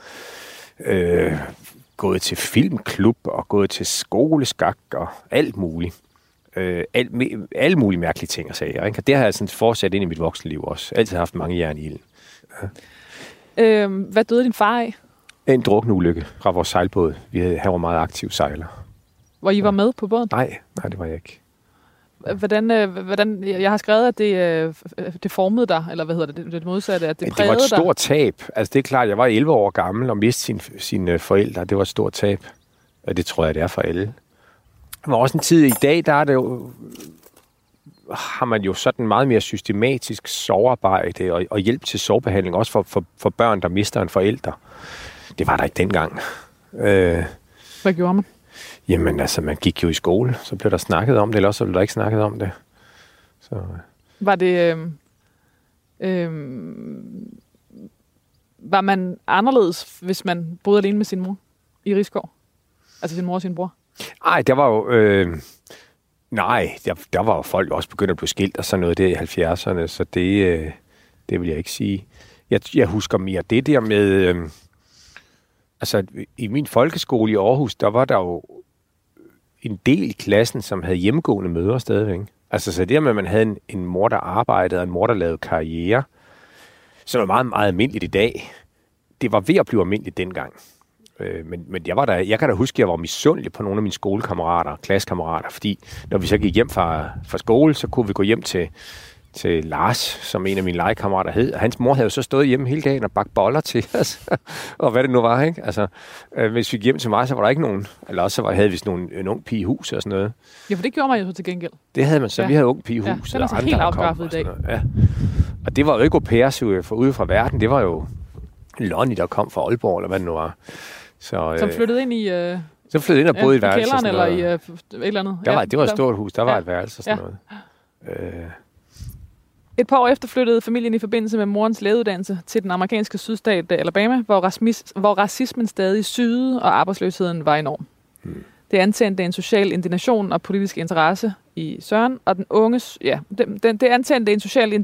gået til filmklub, og gået til skoleskak, og alt muligt. Alle mulige mærkelige ting og sager. Ikke? Og det har jeg sådan fortsat ind i mit voksenliv også. Altid haft mange jern i ilden. Ja. Hvad døde din far af? En drukneulykke fra vores sejlbåd. Han var meget aktiv sejler. Hvor I var med på båden? Nej, det var jeg ikke. Hvordan jeg har skrevet, at det formede dig, eller hvad hedder det modsatte, at det prægede dig? Det var et stort tab. Altså det er klart, jeg var 11 år gammel og mistede sine forældre. Det var et stort tab. Og det tror jeg, det er for alle. Der var også en tid i dag, der er det jo, har man jo sådan meget mere systematisk sovearbejde og hjælp til sovebehandling, også for børn, der mister en forælder. Det var der ikke dengang. Hvad gjorde man? Jamen altså, man gik jo i skole, så blev der snakket om det, eller også så blev der ikke snakket om det. Så. Var det... var man anderledes, hvis man boede alene med sin mor i Risskov? Altså sin mor og sin bror? Nej, der var jo... der var jo folk også begyndt at blive skilt og sådan noget der i 70'erne, så det vil jeg ikke sige. Jeg husker mere det der med... altså, i min folkeskole i Aarhus, der var der jo en del i klassen, som havde hjemmegående mødre stadigvæk. Altså, så det med, at man havde en mor, der arbejdede, og en mor, der lavede karriere, som var meget, meget almindeligt i dag. Det var ved at blive almindeligt dengang. Men jeg kan da huske, at jeg var misundelig på nogle af mine skolekammerater, klassekammerater, fordi når vi så gik hjem fra skole, så kunne vi gå hjem til Lars, som en af mine legekammerater hed. Hans mor havde jo så stået hjemme hele dagen og bagt boller til os, og hvad det nu var, ikke? Altså, hvis vi gik hjem til mig, så var der ikke nogen, eller også havde vi sådan en ung pige i hus og sådan noget. Ja, for det gjorde man jo så til gengæld. Det havde man så. Ja. Vi havde ung pige i hus. Ja, den er så helt afskaffet i dag. Ja. Og det var jo ikke au pairs ude fra verden. Det var jo Lonnie, der kom fra Aalborg, eller hvad det nu var. Som flyttede ind i... Så flyttede ind og boede i et værelse. I kælderen eller i et eller andet. Det var et stort hus. Der var et værelse og sådan noget. Et par år efter flyttede familien i forbindelse med morens lægeuddannelse til den amerikanske sydstat Alabama, hvor racismen stadig syede og arbejdsløsheden var enorm. Det antændte en social indignation og politisk interesse i Søren, og det antændte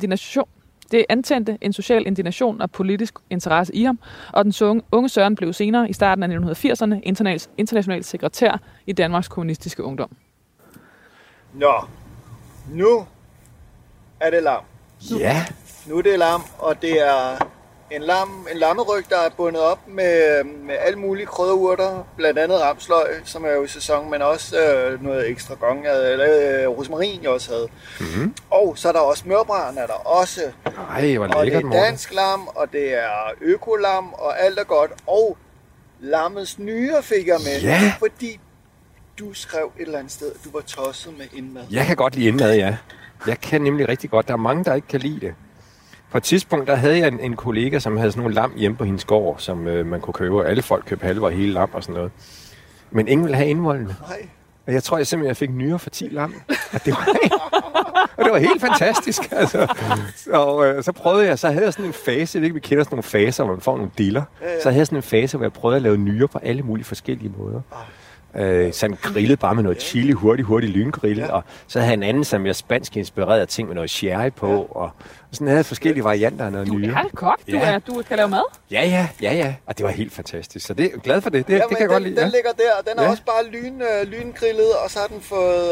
en social indignation og politisk interesse i ham, og den unge Søren blev senere i starten af 1980'erne international sekretær i Danmarks Kommunistiske Ungdom. Nå, nu er det lam. Ja. Nu er det lam, og det er en lammeryg, der er bundet op med alle mulige krydderurter, blandt andet ramsløg, som er jo i sæson, men også noget ekstra gong, eller rosmarin, jeg også havde. Mm-hmm. Og så er der også mørbrænd, er der også. Ej, hvor lækkert, og det er dansk lam, og det er økolam, og alt er godt. Og lammets nyre fik jeg med, fordi du skrev et eller andet sted, at du var tosset med indmad. Jeg kan godt lide indmad, ja. Jeg kan nemlig rigtig godt. Der er mange, der ikke kan lide det. På et tidspunkt, der havde jeg en kollega, som havde sådan nogle lam hjemme på hendes gård, som man kunne købe. Alle folk købte halve og hele lam og sådan noget. Men ingen ville have indvoldene. Nej. Og jeg tror jeg fik nyere for 10 lam. Og det var helt fantastisk. Altså. Så prøvede jeg, så havde jeg sådan en fase, vi kender sådan nogle faser, hvor man får nogle diller. Ja. Så havde jeg sådan en fase, hvor jeg prøvede at lave nyere på alle mulige forskellige måder. Sådan grillet bare med noget chili, hurtig lyngrill, og så havde jeg en anden, som jeg spansk inspirerede ting med noget sherry på, og sådan havde jeg forskellige varianter af noget nye. Du er kok, du kan lave mad? Ja, og det var helt fantastisk, så det er glad for det, det kan jeg godt lide. Den ligger der, og den er også bare lyngrillet, og så har den fået,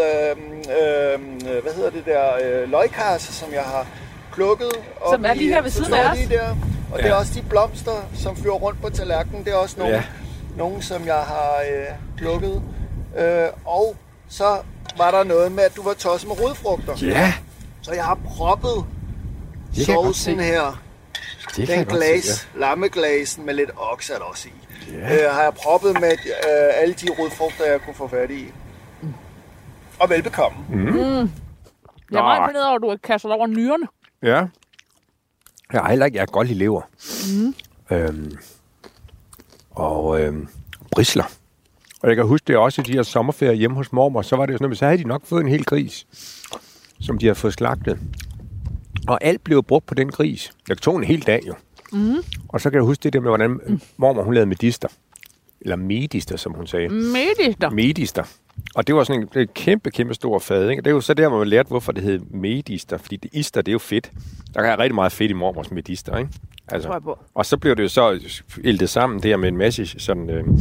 løgkarse, som jeg har plukket. Som er lige her ved siden af os. Og det er også de blomster, som flyver rundt på tallerkenen, det er også nogle... Nogle, som jeg har plukket. Og så var der noget med, at du var tosset med rodfrugter. Ja. Så jeg har proppet Sovsen her, den lammeglasen med lidt oksat også i, har jeg proppet med alle de rodfrugter, jeg kunne få fat i. Og velbekomme. Jeg er meget imponeret over, at du har kastet over nyrerne. Ja. Jeg kan godt lide lever. Brisler. Og jeg kan huske det også i de her sommerferier hjemme hos mormor, så var det jo sådan, at så havde de nok fået en hel gris, som de havde fået slagtet. Og alt blev brugt på den gris. Jeg tog en hel dag jo. Og så kan jeg huske det der med, hvordan mormor hun lavede medister. Eller medister, som hun sagde. Medister. Og det var sådan en kæmpe stor fad, ikke? Det er jo så der, hvor man lærte, hvorfor det hed medister. Fordi det ister, det er jo fedt. Der er rigtig meget fedt i mormors medister, ikke? Altså, og så blev det jo så ældet sammen der med en masse sådan...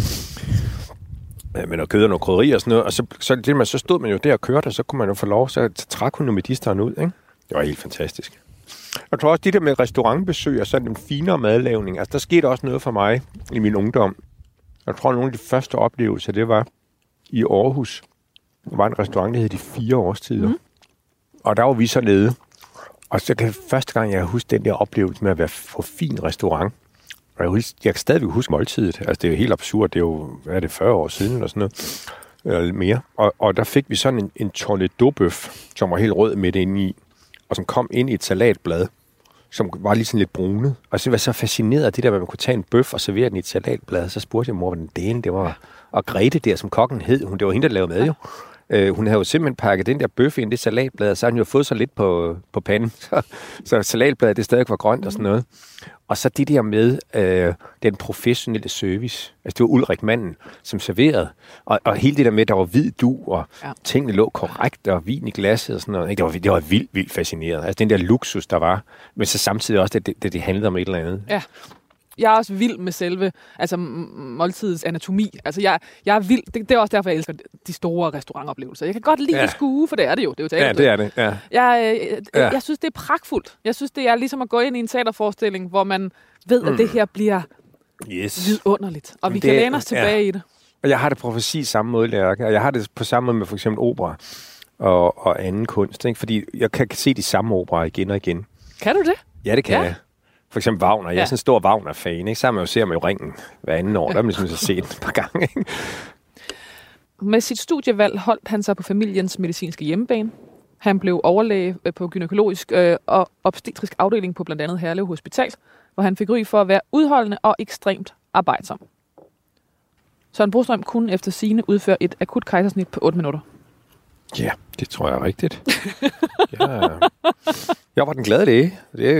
med noget kød og noget krydderi og sådan noget. Og så stod man jo der og kørte, og så kunne man jo få lov, så trak hun jo medisteren ud, ikke? Det var helt fantastisk. Jeg tror også, det der med restaurantbesøg og sådan en finere madlavning, altså der skete også noget for mig i min ungdom. Jeg tror, nogle af de første oplevelser, det var i Aarhus. Der var en restaurant, der hed De 4 Årstider. Og der var vi så nede. Og så kan første gang, jeg husker den der oplevelse med at være på fin restaurant. Og jeg kan stadigvæk huske måltidet. Altså, det er jo helt absurd. Det er jo, hvad er det, 40 år siden eller sådan noget. Eller lidt mere. Og der fik vi sådan en tournedo-bøf, som var helt rød midt inde i. Og som kom ind i et salatblad, som var lige sådan lidt brunet. Og så var jeg så fascineret af det der, at man kunne tage en bøf og servere den i et salatblad. Så spurgte jeg mor, hvordan det var. Og Grete der, som kokken hed, det var hende, der lavede mad jo. Hun havde jo simpelthen pakket den der bøf ind i det salatblad, og så havde hun jo fået så lidt på panden. Så salatbladet, det stadig var grønt og sådan noget. Og så det der med den professionelle service. Altså det var Ulrik manden, som serverede. Og hele det der med, at der var hvid dug, og tingene lå korrekt, og vin i glasset og sådan noget. Det var vildt fascinerende. Altså den der luksus, der var. Men så samtidig også, det handlede om et eller andet. Ja. Jeg er også vild med selve måltidets anatomi. Altså, jeg er vild. Det er også derfor, jeg elsker de store restaurantoplevelser. Jeg kan godt lide at skue, for det er det jo. Det er jo det er det. Ja. Jeg synes, det er pragtfuldt. Jeg synes, det er ligesom at gå ind i en teaterforestilling, hvor man ved, at det her bliver vidunderligt. Og vi kan læne os tilbage i det. Og jeg har det på præcis samme måde, Lærke. Og jeg har det på samme måde med for eksempel opera og anden kunst. Ikke? Fordi jeg kan se de samme operer igen og igen. Kan du det? Ja, det kan jeg. For eksempel Wagner. Jeg er sådan en stor Wagner-fan, ikke? Sammen ser man jo Ringen hver anden år. Der har man ligesom så set et par gange, ikke? Med sit studievalg holdt han sig på familiens medicinske hjemmebane. Han blev overlæge på gynækologisk og obstetrisk afdeling på blandt andet Herlev Hospital, hvor han fik ry for at være udholdende og ekstremt arbejdsom. Søren Brostrøm kunne efter sigende udføre et akut kejsersnit på 8 minutter. Ja, det tror jeg er rigtigt. Jeg var den glade læge.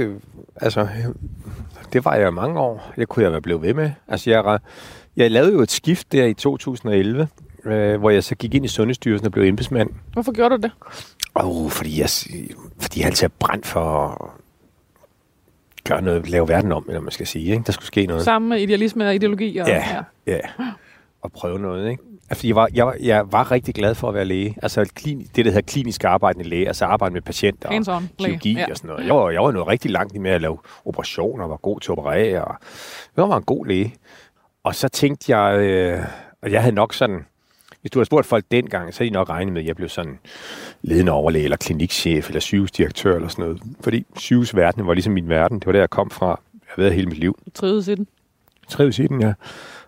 Det var jeg mange år. Det kunne jeg være blevet ved med. Altså, jeg lavede jo et skift der i 2011, hvor jeg så gik ind i Sundhedsstyrelsen og blev embedsmand. Hvorfor gjorde du det? Fordi jeg altid er brændt for at gøre noget, lave verden om, eller man skal sige. Ikke? Der skulle ske noget. Samme idealisme og ideologi. Og, ja. Og prøve noget, ikke? Fordi jeg var rigtig glad for at være læge. Altså det, der hedder klinisk arbejdende læge, altså arbejde med patienter og kirurgi og sådan noget. Jeg var noget rigtig langt med at lave operationer, var god til at operere. Og jeg var en god læge. Og så tænkte jeg, at jeg havde nok sådan, hvis du havde spurgt folk dengang, så havde de nok regnet med, at jeg blev sådan ledende overlæge, eller klinikchef, eller sygehusdirektør, eller sådan noget. Fordi sygehusverdenen var ligesom min verden. Det var der, jeg kom fra. Jeg har været hele mit liv. Trives i den, ja.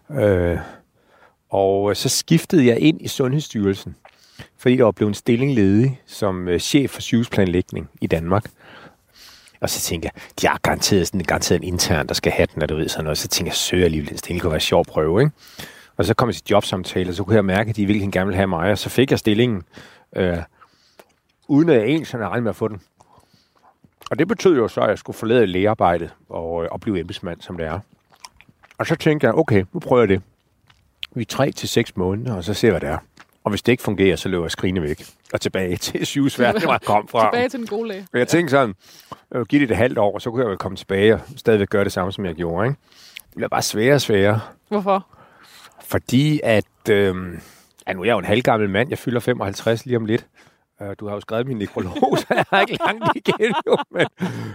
Og så skiftede jeg ind i Sundhedsstyrelsen, fordi der var blevet en stilling ledig som chef for sygehusplanlægning i Danmark. Og så tænkte jeg, de har garanteret en intern, der skal have den, og du ved sådan noget. Så tænkte jeg, søger alligevel den stilling, det kunne være sjov at prøve, ikke? Og så kom jeg til jobsamtale, og så kunne jeg mærke, at de virkelig gerne ville have mig, og så fik jeg stillingen, uden at jeg egentlig sådan regnede med at få den. Og det betød jo så, at jeg skulle forlade lægearbejdet og blive embedsmand, som det er. Og så tænkte jeg, okay, nu prøver jeg det. Vi 3 til 6 måneder, og så ser hvad det er. Og hvis det ikke fungerer, så løber jeg skrigende væk. Og tilbage til sygehusverdenen, hvor jeg kom fra. Tilbage til den gode læge. Og jeg tænkte sådan, jeg vil give det et halvt år, og så kunne jeg vel komme tilbage og stadigvæk gøre det samme, som jeg gjorde. Ikke? Det bliver bare sværere og sværere. Hvorfor? Fordi at, nu er jeg jo en halvgammel mand, jeg fylder 55 lige om lidt. Du har jo skrevet min nekrolog, så jeg har ikke langt igen jo. Men,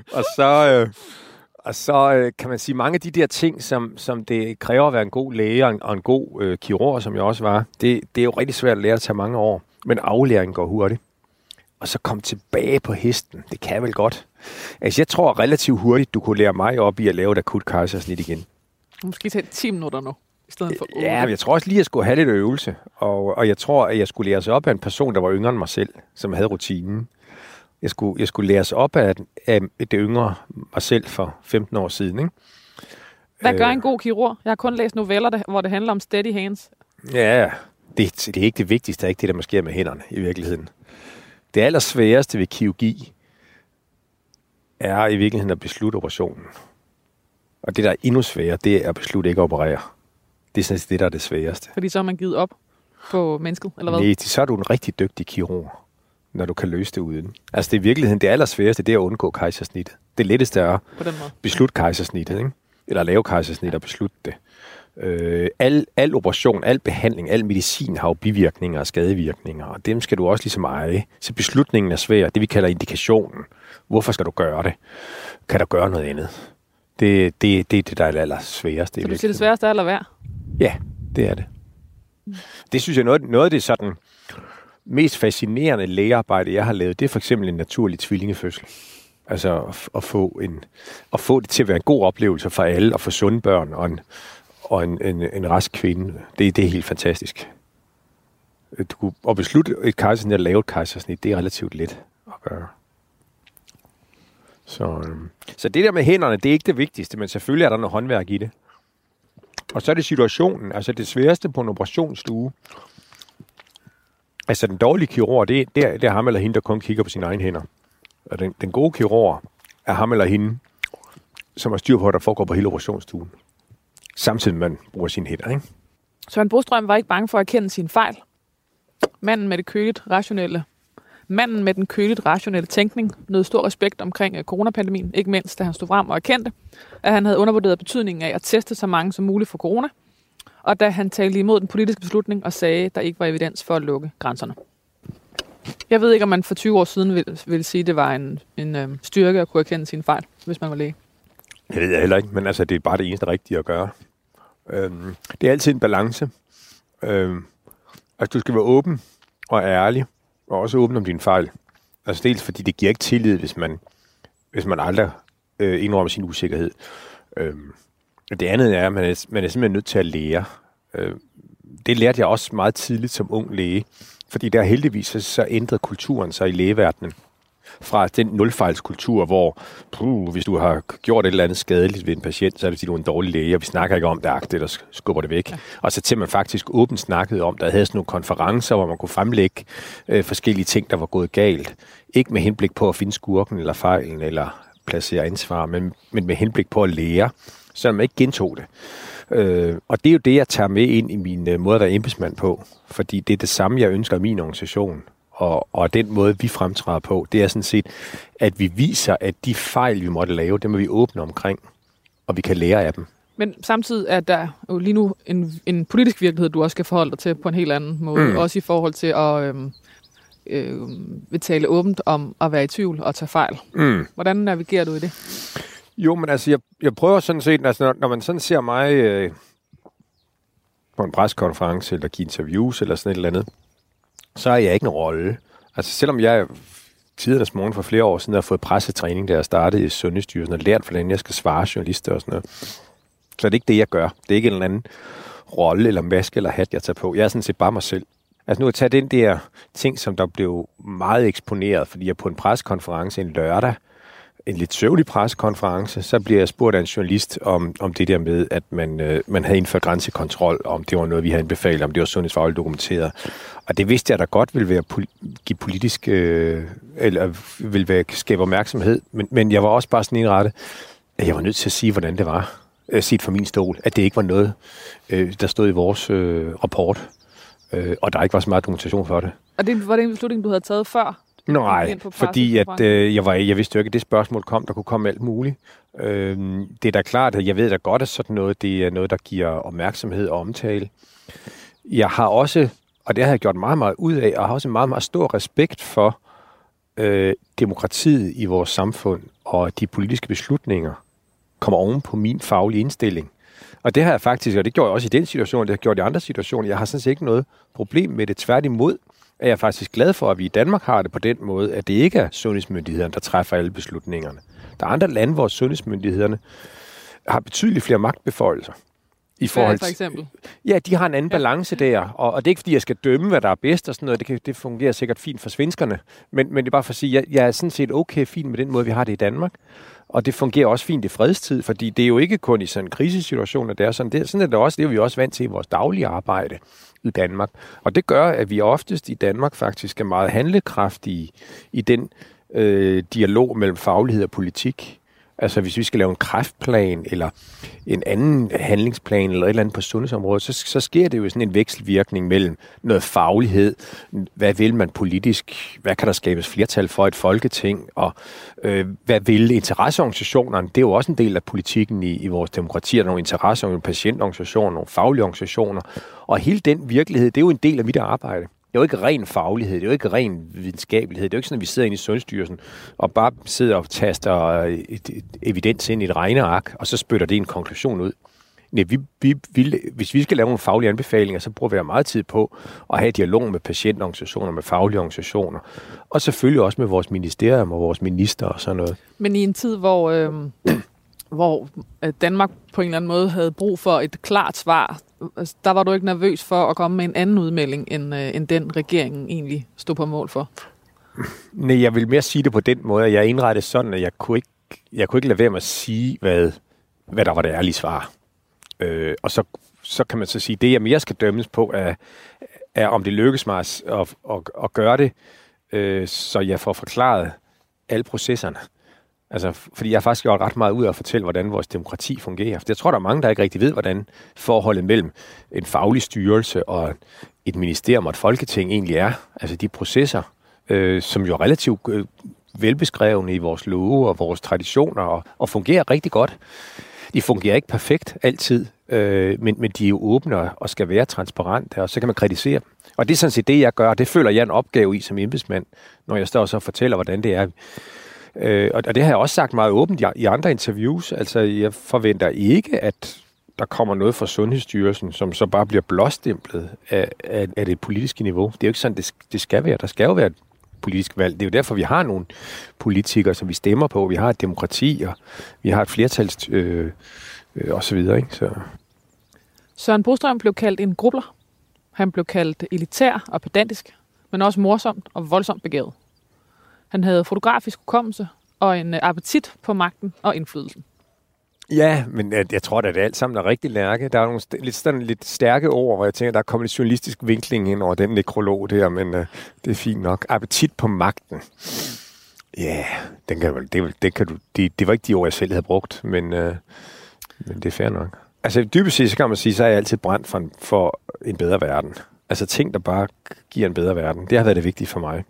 og så kan man sige, mange af de der ting, som det kræver at være en god læge og en god kirurg, som jeg også var, det er jo rigtig svært at lære at tage mange år. Men aflæringen går hurtigt. og så komme tilbage på hesten. Det kan jeg vel godt. Altså, jeg tror relativt hurtigt, du kunne lære mig op i at lave et akut kejsersnit igen. Måske tage 10 minutter nu, i stedet for 8. Ja, men jeg tror også lige, at jeg skulle have lidt øvelse. Og jeg tror, at jeg skulle lære sig op af en person, der var yngre end mig selv, som havde rutinen. Jeg skulle lære sig op af det yngre mig selv for 15 år siden, ikke? Hvad gør en god kirurg? Jeg har kun læst noveller, hvor det handler om steady hands. Ja, det er ikke det vigtigste, det er ikke det, der måske er med hænderne i virkeligheden. Det allersværeste ved kirurgi er i virkeligheden at beslutte operationen. Og det, der er endnu sværere, det er at beslutte ikke at operere. Det er sådan det, der er det sværeste. Fordi så har man givet op på mennesket, eller hvad? Nej, så er du en rigtig dygtig kirurg, når du kan løse det uden. Altså det er i virkeligheden det allersværeste, det er at undgå kejsersnittet. Det letteste er at beslutte kejsersnittet, ikke? Eller lave kejsersnit og beslutte det. Al operation, al behandling, al medicin har jo bivirkninger og skadevirkninger, og dem skal du også ligesom eje. Så beslutningen er svær, det vi kalder indikationen. Hvorfor skal du gøre det? Kan du gøre noget andet? Det er det, der er det allersværeste. Så du siger det sværeste er at lade være? Ja, det er det. Det synes jeg, noget af det sådan mest fascinerende lægearbejde, jeg har lavet, det er for eksempel en naturlig tvillingefødsel. Altså at få det til at være en god oplevelse for alle, og for sunde børn og en rask kvinde. Det er helt fantastisk. At beslutte et kejsersnit og lave et kejsersnit, det er relativt let at gøre. Så det der med hænderne, det er ikke det vigtigste, men selvfølgelig er der noget håndværk i det. Og så er det situationen, altså det sværeste på en operationsstue. Altså den dårlige kirurg, det er ham eller hende, der kun kigger på sine egne hænder. Og den gode kirurg er ham eller hende, som har styr på, hvad der foregår på hele operationsstuen. Samtidig med, man bruger sine hænder, ikke? Søren Brostrøm var ikke bange for at erkende sine fejl. Manden med den køligt rationelle tænkning nød stor respekt omkring coronapandemien, ikke mindst da han stod frem og erkendte, at han havde undervurderet betydningen af at teste så mange som muligt for corona, og da han talte imod den politiske beslutning og sagde, at der ikke var evidens for at lukke grænserne. Jeg ved ikke, om man for 20 år siden ville sige, at det var en styrke at kunne erkende sine fejl, hvis man var læge. Jeg ved heller ikke, men altså, det er bare det eneste rigtige at gøre. Det er altid en balance. Altså, du skal være åben og ærlig, og også åben om dine fejl. Altså, dels fordi det giver ikke tillid, hvis man aldrig indrømmer sin usikkerhed. Det andet er, at man er simpelthen nødt til at lære. Det lærte jeg også meget tidligt som ung læge, fordi der heldigvis så ændrede kulturen sig i lægeverdenen. Fra den nulfejlskultur, hvor hvis du har gjort et eller andet skadeligt ved en patient, så er det fordi, du er en dårlig læge, og vi snakker ikke om det, eller skubber det væk. Ja. Og så til man faktisk åbent snakkede om, der havde sådan nogle konferencer, hvor man kunne fremlægge forskellige ting, der var gået galt. Ikke med henblik på at finde skurken eller fejlen, eller placere ansvar, men med henblik på at lære, så man ikke gentog det. Og det er jo det, jeg tager med ind i min måde at være embedsmand på, fordi det er det samme, jeg ønsker i min organisation. Og den måde, vi fremtræder på, det er sådan set, at vi viser, at de fejl, vi måtte lave, dem er vi åbne omkring, og vi kan lære af dem. Men samtidig er der jo lige nu en politisk virkelighed, du også skal forholde dig til på en helt anden måde. Også i forhold til at tale åbent om at være i tvivl og tage fejl. Hvordan navigerer du i det? Jo, men altså, jeg prøver sådan set, altså, når man sådan ser mig på en pressekonference, eller give interviews, eller sådan et eller andet, så er jeg ikke en rolle. Altså, selvom jeg tidernes morgen for flere år siden har fået pressetræning, da jeg startede i Sundhedsstyrelsen, og lært, hvordan jeg skal svare journalister og sådan noget, så er det ikke det, jeg gør. Det er ikke en eller anden rolle, eller maske, eller hat, jeg tager på. Jeg er sådan set bare mig selv. Altså nu at tage den der ting, som der blev meget eksponeret, fordi jeg på en pressekonference en lørdag, en lidt søvlig pressekonference, så bliver jeg spurgt af en journalist om det der med, at man havde indført grænsekontrol, om det var noget, vi havde anbefalet, om det var sundhedsfagligt dokumenteret. Og det vidste jeg da godt ville være give politisk, eller ville være skabe opmærksomhed, men jeg var også bare sådan indrettet, at jeg var nødt til at sige, hvordan det var, set fra min stol, at det ikke var noget, der stod i vores rapport, og der ikke var så meget dokumentation for det. Og det var det en beslutning, du havde taget før? Nej, fordi at, jeg vidste jo ikke, at det spørgsmål kom, der kunne komme alt muligt. Det er da klart, at jeg ved da godt, at sådan noget, det er noget, der giver opmærksomhed og omtale. Jeg har også, og det har jeg gjort meget, meget ud af, og har også en meget, meget stor respekt for demokratiet i vores samfund, og de politiske beslutninger kommer oven på min faglige indstilling. Og det har jeg faktisk, og det gjorde jeg også i den situation, det har jeg gjort i andre situationer. Jeg har sådan set ikke noget problem med det, tværtimod. er jeg faktisk glad for, at vi i Danmark har det på den måde, at det ikke er sundhedsmyndighederne, der træffer alle beslutningerne. Der er andre lande, hvor sundhedsmyndighederne har betydeligt flere magtbeføjelser. I forhold for eksempel? Ja, de har en anden balance der, og det er ikke, fordi jeg skal dømme, hvad der er bedst og sådan noget. Det fungerer sikkert fint for svenskerne, men det er bare for at sige, at jeg er sådan set okay fint med den måde, vi har det i Danmark. Og det fungerer også fint i fredstid, fordi det er jo ikke kun i sådan en krisesituation, at det er sådan. Sådan er det også, det er vi også vant til i vores daglige arbejde i Danmark. Og det gør, at vi oftest i Danmark faktisk er meget handlekraftige i den dialog mellem faglighed og politik. Altså hvis vi skal lave en kræftplan, eller en anden handlingsplan, eller et eller andet på sundhedsområdet, så sker det jo sådan en vekselvirkning mellem noget faglighed, hvad vil man politisk, hvad kan der skabes flertal for et folketing, og hvad vil interesseorganisationerne, det er jo også en del af politikken i vores demokrati, der er nogle interesseorganisationer, nogle patientorganisationer, nogle faglige organisationer, og hele den virkelighed, det er jo en del af mit arbejde. Det er jo ikke ren faglighed, det er jo ikke ren videnskabelighed. Det er jo ikke sådan, at vi sidder inde i Sundhedsstyrelsen og bare sidder og taster et evidens ind i et regneark, og så spytter det en konklusion ud. Nej, hvis vi skal lave nogle faglige anbefalinger, så bruger vi meget tid på at have dialog med patientorganisationer, med faglige organisationer, og selvfølgelig også med vores ministerium og vores minister og sådan noget. Men i en tid, hvor Danmark på en eller anden måde havde brug for et klart svar, der var du ikke nervøs for at komme med en anden udmelding, end den regeringen egentlig stod på mål for? Nej, jeg vil mere sige det på den måde, at jeg indrettede sådan, at jeg kunne ikke lade være med at sige, hvad der var det ærlige svar. Og så kan man så sige, det jeg mere skal dømmes på, er om det lykkes mig at gøre det, så jeg får forklaret alle processerne. Altså, fordi jeg har faktisk gjort ret meget ud af at fortælle, hvordan vores demokrati fungerer. Jeg tror, der er mange, der ikke rigtig ved, hvordan forholdet mellem en faglig styrelse og et ministerium og et folketing egentlig er. Altså de processer, som jo er relativt velbeskrevne i vores love og vores traditioner, og fungerer rigtig godt. De fungerer ikke perfekt altid, men de er jo åbne og skal være transparente, og så kan man kritisere dem. Og det er sådan set det, jeg gør. Det føler jeg en opgave i som embedsmand, når jeg står og fortæller, hvordan det er. Og det har jeg også sagt meget åbent i andre interviews. Altså, jeg forventer ikke, at der kommer noget fra Sundhedsstyrelsen, som så bare bliver blåstemplet af det politiske niveau. Det er jo ikke sådan, det skal være. Der skal jo være et politisk valg. Det er jo derfor, vi har nogle politikere, som vi stemmer på. Vi har et demokrati, og vi har et flertal og så videre. Ikke? Så. Søren Brostrøm blev kaldt en grubler. Han blev kaldt elitær og pedantisk, men også morsomt og voldsomt begavet. Han havde fotografisk hukommelse og en appetit på magten og indflydelsen. Ja, men jeg tror, at det alt sammen er rigtig Lærke. Der er nogle lidt stærke ord, hvor jeg tænker, der er kommet en journalistisk vinkling ind over den nekrolog der, men det er fint nok. Appetit på magten. Ja, det var ikke de ord, jeg selv havde brugt, men det er fair nok. Altså dybest set, så kan man sige, så er jeg altid brændt for en bedre verden. Altså ting, der bare giver en bedre verden. Det har været det vigtige for mig.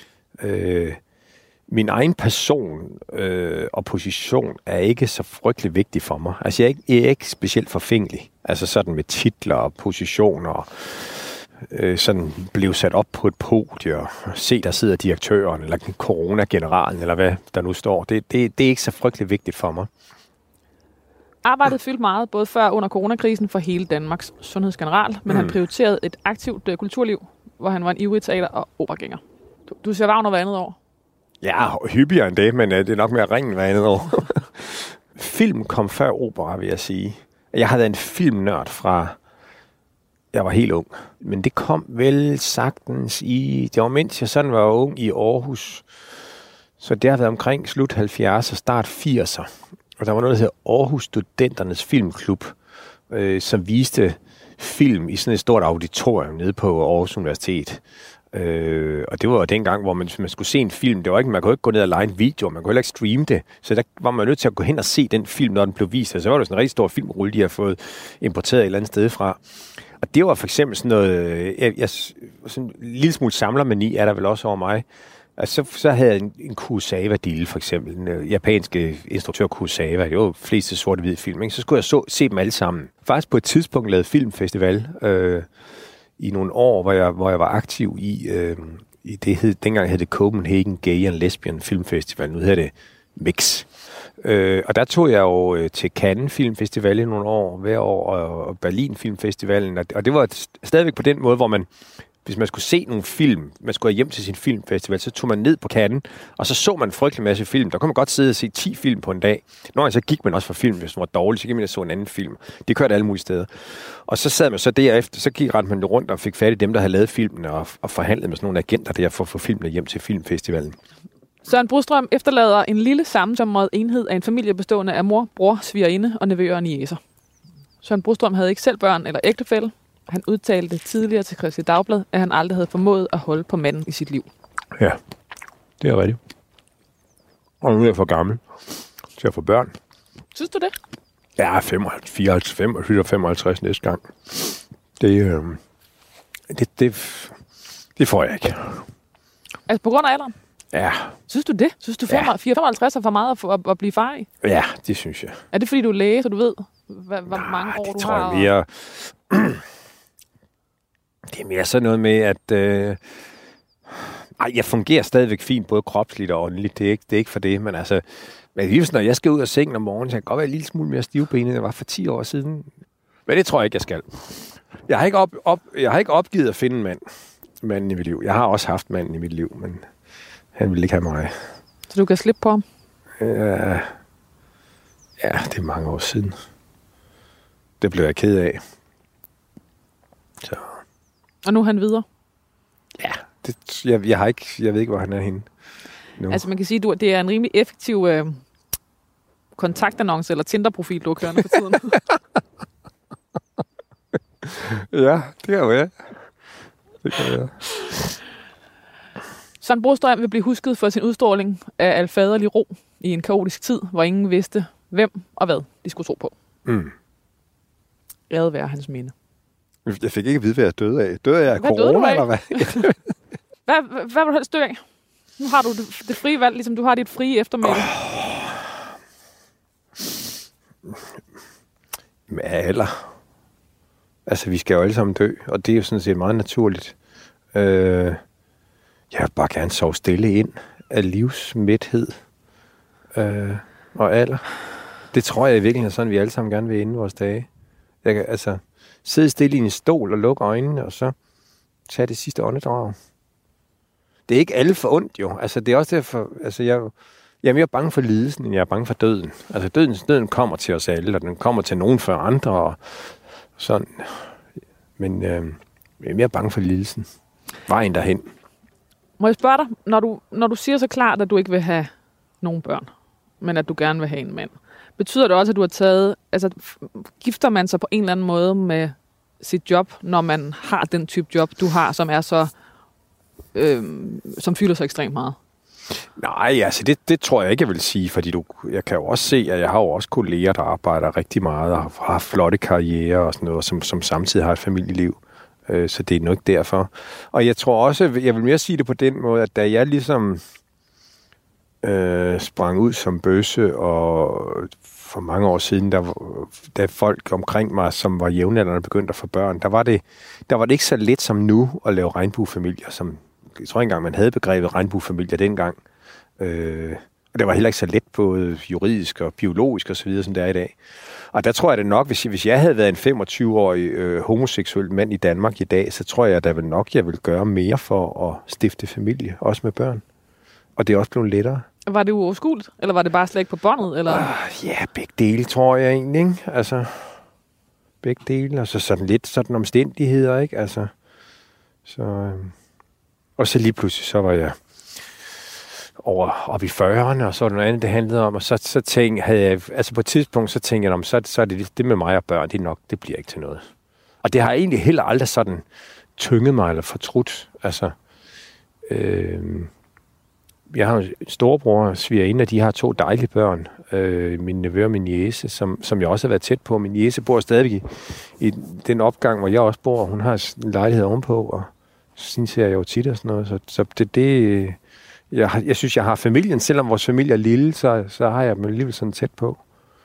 Min egen person og position er ikke så frygtelig vigtig for mig. Altså jeg er ikke specielt forfængelig. Altså sådan med titler og positioner og sådan blev sat op på et podie og se, der sidder direktøren eller coronageneralen eller hvad der nu står. Det er ikke så frygtelig vigtigt for mig. Arbejdet fyldte meget, både før og under coronakrisen for hele Danmarks sundhedsgeneral, men han prioriterede et aktivt kulturliv, hvor han var en ivrig teater- og operagænger. Du ser Wagner hver andet år. Ja, hyppigere end det, men det er nok mere ringen hver andet år. Film kom før opera, vil jeg sige. Jeg havde en filmnørd fra, jeg var helt ung. Men det kom vel sagtens det var mens jeg sådan var ung i Aarhus. Så det har været omkring slut 70'er og start 80'er. Og der var noget, der hedder Aarhus Studenternes Filmklub, som viste film i sådan et stort auditorium nede på Aarhus Universitet. Og det var jo dengang, hvor man skulle se en film. Det var ikke, man kunne ikke gå ned og lege en video, man kunne heller ikke streame det. Så der var man nødt til at gå hen og se den film, når den blev vist. Og så var det sådan en rigtig stor filmrulle, de har fået importeret et eller andet sted fra. Og det var for eksempel sådan noget, sådan en lille smule samlermani er der vel også over mig. Altså, så havde jeg en Kurosawa-dille, for eksempel. En japanske instruktør Kurosawa. Det var jo fleste sorte-hvide film. Ikke? Så skulle jeg se dem alle sammen. Faktisk på et tidspunkt lavede filmfestival i nogle år, hvor jeg var aktiv i dengang hed det Copenhagen Gay and Lesbian Filmfestival. Nu hedder det Mix. Og der tog jeg jo til Cannes Filmfestival i nogle år, hver år, og Berlin Filmfestivalen. Og det var stadigvæk på den måde, hvor man hvis man skulle se nogle film, man skulle hjem til sin filmfestival, så tog man ned på Cannes, og så man en frygtelig masse film. Der kunne man godt sidde og se 10 film på en dag. Når så gik man også for film, hvis den var dårlig, så gik man og så en anden film. Det kørte alle mulige steder. Og så sad man så derefter, så gik man rundt og fik fat i dem, der havde lavet filmene, og forhandlede med sådan nogle agenter der for at få filmene hjem til filmfestivalen. Søren Brostrøm efterlader en lille sammensomret enhed af en familie bestående af mor, bror, svigerinde og nevøer og niecer. Søren Brostrøm havde ikke selv børn eller ægtefælle. Han udtalte tidligere til Kristeligt Dagblad, at han aldrig havde formået at holde på manden i sit liv. Ja, det er rigtigt. Og nu er jeg for gammel til at få børn. Synes du det? Ja, 55 næste gang. Det får jeg ikke. Altså på grund af alderen? Ja. Synes du det? Synes du 54 er for meget at blive far i? Ja, det synes jeg. Er det fordi du er læge, så du ved, hvor mange år du har? Det mere... Det er mere sådan noget med, at jeg fungerer stadigvæk fint, både kropsligt og åndeligt. Det er ikke for det, men altså... Men lige når jeg skal ud af sengen om morgenen, så kan jeg godt være en lille smule mere stivbenet, end jeg var for 10 år siden. Men det tror jeg ikke, jeg skal. Jeg har ikke opgivet at finde manden i mit liv. Jeg har også haft manden i mit liv, men han ville ikke have mig. Så du kan slippe på ham? Ja, det er mange år siden. Det blev jeg ked af. Så. Og nu er han videre? Ja, jeg ved ikke, hvor han er henne. No. Altså man kan sige, at det er en rimelig effektiv kontaktannonce eller Tinder-profil, du har kørende for tiden. Ja, det kan jo være. Det kan være. Søren Brostrøm vil blive husket for sin udstråling af alfaderlig ro i en kaotisk tid, hvor ingen vidste, hvem og hvad de skulle tro på. Æret være hans minde. Jeg fik ikke at vide, hvad jeg døde af. Døde jeg af corona, eller hvad? Hvad vil du helst dø af? Nu har du det frie valg, ligesom du har dit frie eftermiddag. Med alder. Altså, vi skal jo alle sammen dø, og det er jo sådan set meget naturligt. Jeg vil bare gerne sove stille ind af livsmæthed og alder. Det tror jeg i virkeligheden er sådan, vi alle sammen gerne vil ende vores dage. Jeg kan altså sidde stille i en stol og lukke øjnene, og så tage det sidste åndedrag. Det er ikke alle for ondt, jo. Altså, det er også derfor... Altså, jeg er mere bange for lidelsen, end jeg er bange for døden. Altså, døden kommer til os alle, og den kommer til nogen før andre, og sådan. Men jeg er mere bange for lidelsen. Vejen derhen. Må jeg spørge dig, når du siger så klart, at du ikke vil have nogen børn, men at du gerne vil have en mand, betyder det også, at du har taget... Altså, gifter man sig på en eller anden måde med sit job, når man har den type job, du har, som er så... som fylder så ekstremt meget? Nej, altså det tror jeg ikke, jeg vil sige, fordi jeg kan jo også se, at jeg har jo også kolleger, der arbejder rigtig meget og har flotte karrierer og sådan noget, som samtidig har et familieliv. Så det er nok derfor. Og jeg tror også, jeg vil mere sige det på den måde, at da jeg ligesom sprang ud som bøsse, og for mange år siden, da folk omkring mig, som var jævnaldrende, begyndte at få børn, der var det ikke så let som nu at lave regnbuefamilier, som jeg tror ikke engang, man havde begrebet regnbuefamilier dengang. Og det var heller ikke så let, både juridisk og biologisk og så videre, som det er i dag. Og der tror jeg det nok, hvis jeg havde været en 25-årig homoseksuel mand i Danmark i dag, så tror jeg da vel nok, jeg vil gøre mere for at stifte familie, også med børn. Og det er også blevet lettere. Var det uoverskueligt? Eller var det bare slet ikke på båndet? Eller? Ja, begge dele, tror jeg egentlig, ikke? Altså, begge dele, og så sådan lidt sådan omstændigheder, ikke? Altså, så... Og så lige pludselig, så var jeg op i 40'erne, og så var det noget andet, det handlede om, og så på et tidspunkt, så tænkte jeg, så er det med mig og børn, det bliver ikke til noget. Og det har egentlig heller aldrig sådan tynget mig eller fortrudt. Altså, jeg har en storebror og svigerinde, og de har 2 dejlige børn. Min nevø og min niece, som jeg også har været tæt på. Min niece bor stadigvæk i den opgang, hvor jeg også bor, og hun har en lejlighed ovenpå, og sådan ser jeg jo tit og sådan noget. Så det jeg synes, jeg har familien. Selvom vores familie er lille, så har jeg dem alligevel sådan tæt på.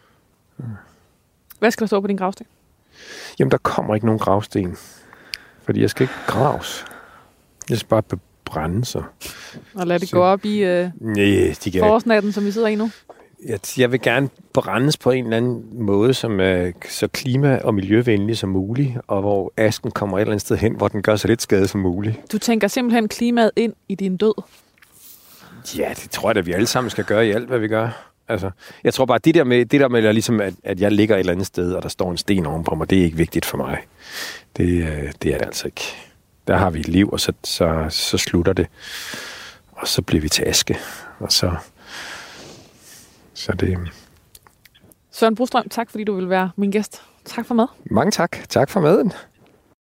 Hvad skal der stå på din gravsten? Jamen, der kommer ikke nogen gravsten. Fordi jeg skal ikke graves. Jeg skal bare bebrænde sig. Og lad det gå op i forårsnatten, som vi sidder i nu? Jeg vil gerne brændes på en eller anden måde, som er så klima- og miljøvenlig som muligt, og hvor asken kommer et eller andet sted hen, hvor den gør så lidt skade som muligt. Du tænker simpelthen klimaet ind i din død? Ja, det tror jeg da, vi alle sammen skal gøre i alt, hvad vi gør. Altså, jeg tror bare, det der med ligesom, at jeg ligger et eller andet sted, og der står en sten ovenpå mig, det er ikke vigtigt for mig. Det er det altså ikke. Der har vi et liv, og så slutter det. Og så bliver vi til aske. Og så det... Søren Brostrøm, tak fordi du vil være min gæst. Tak for mad. Mange tak. Tak for maden.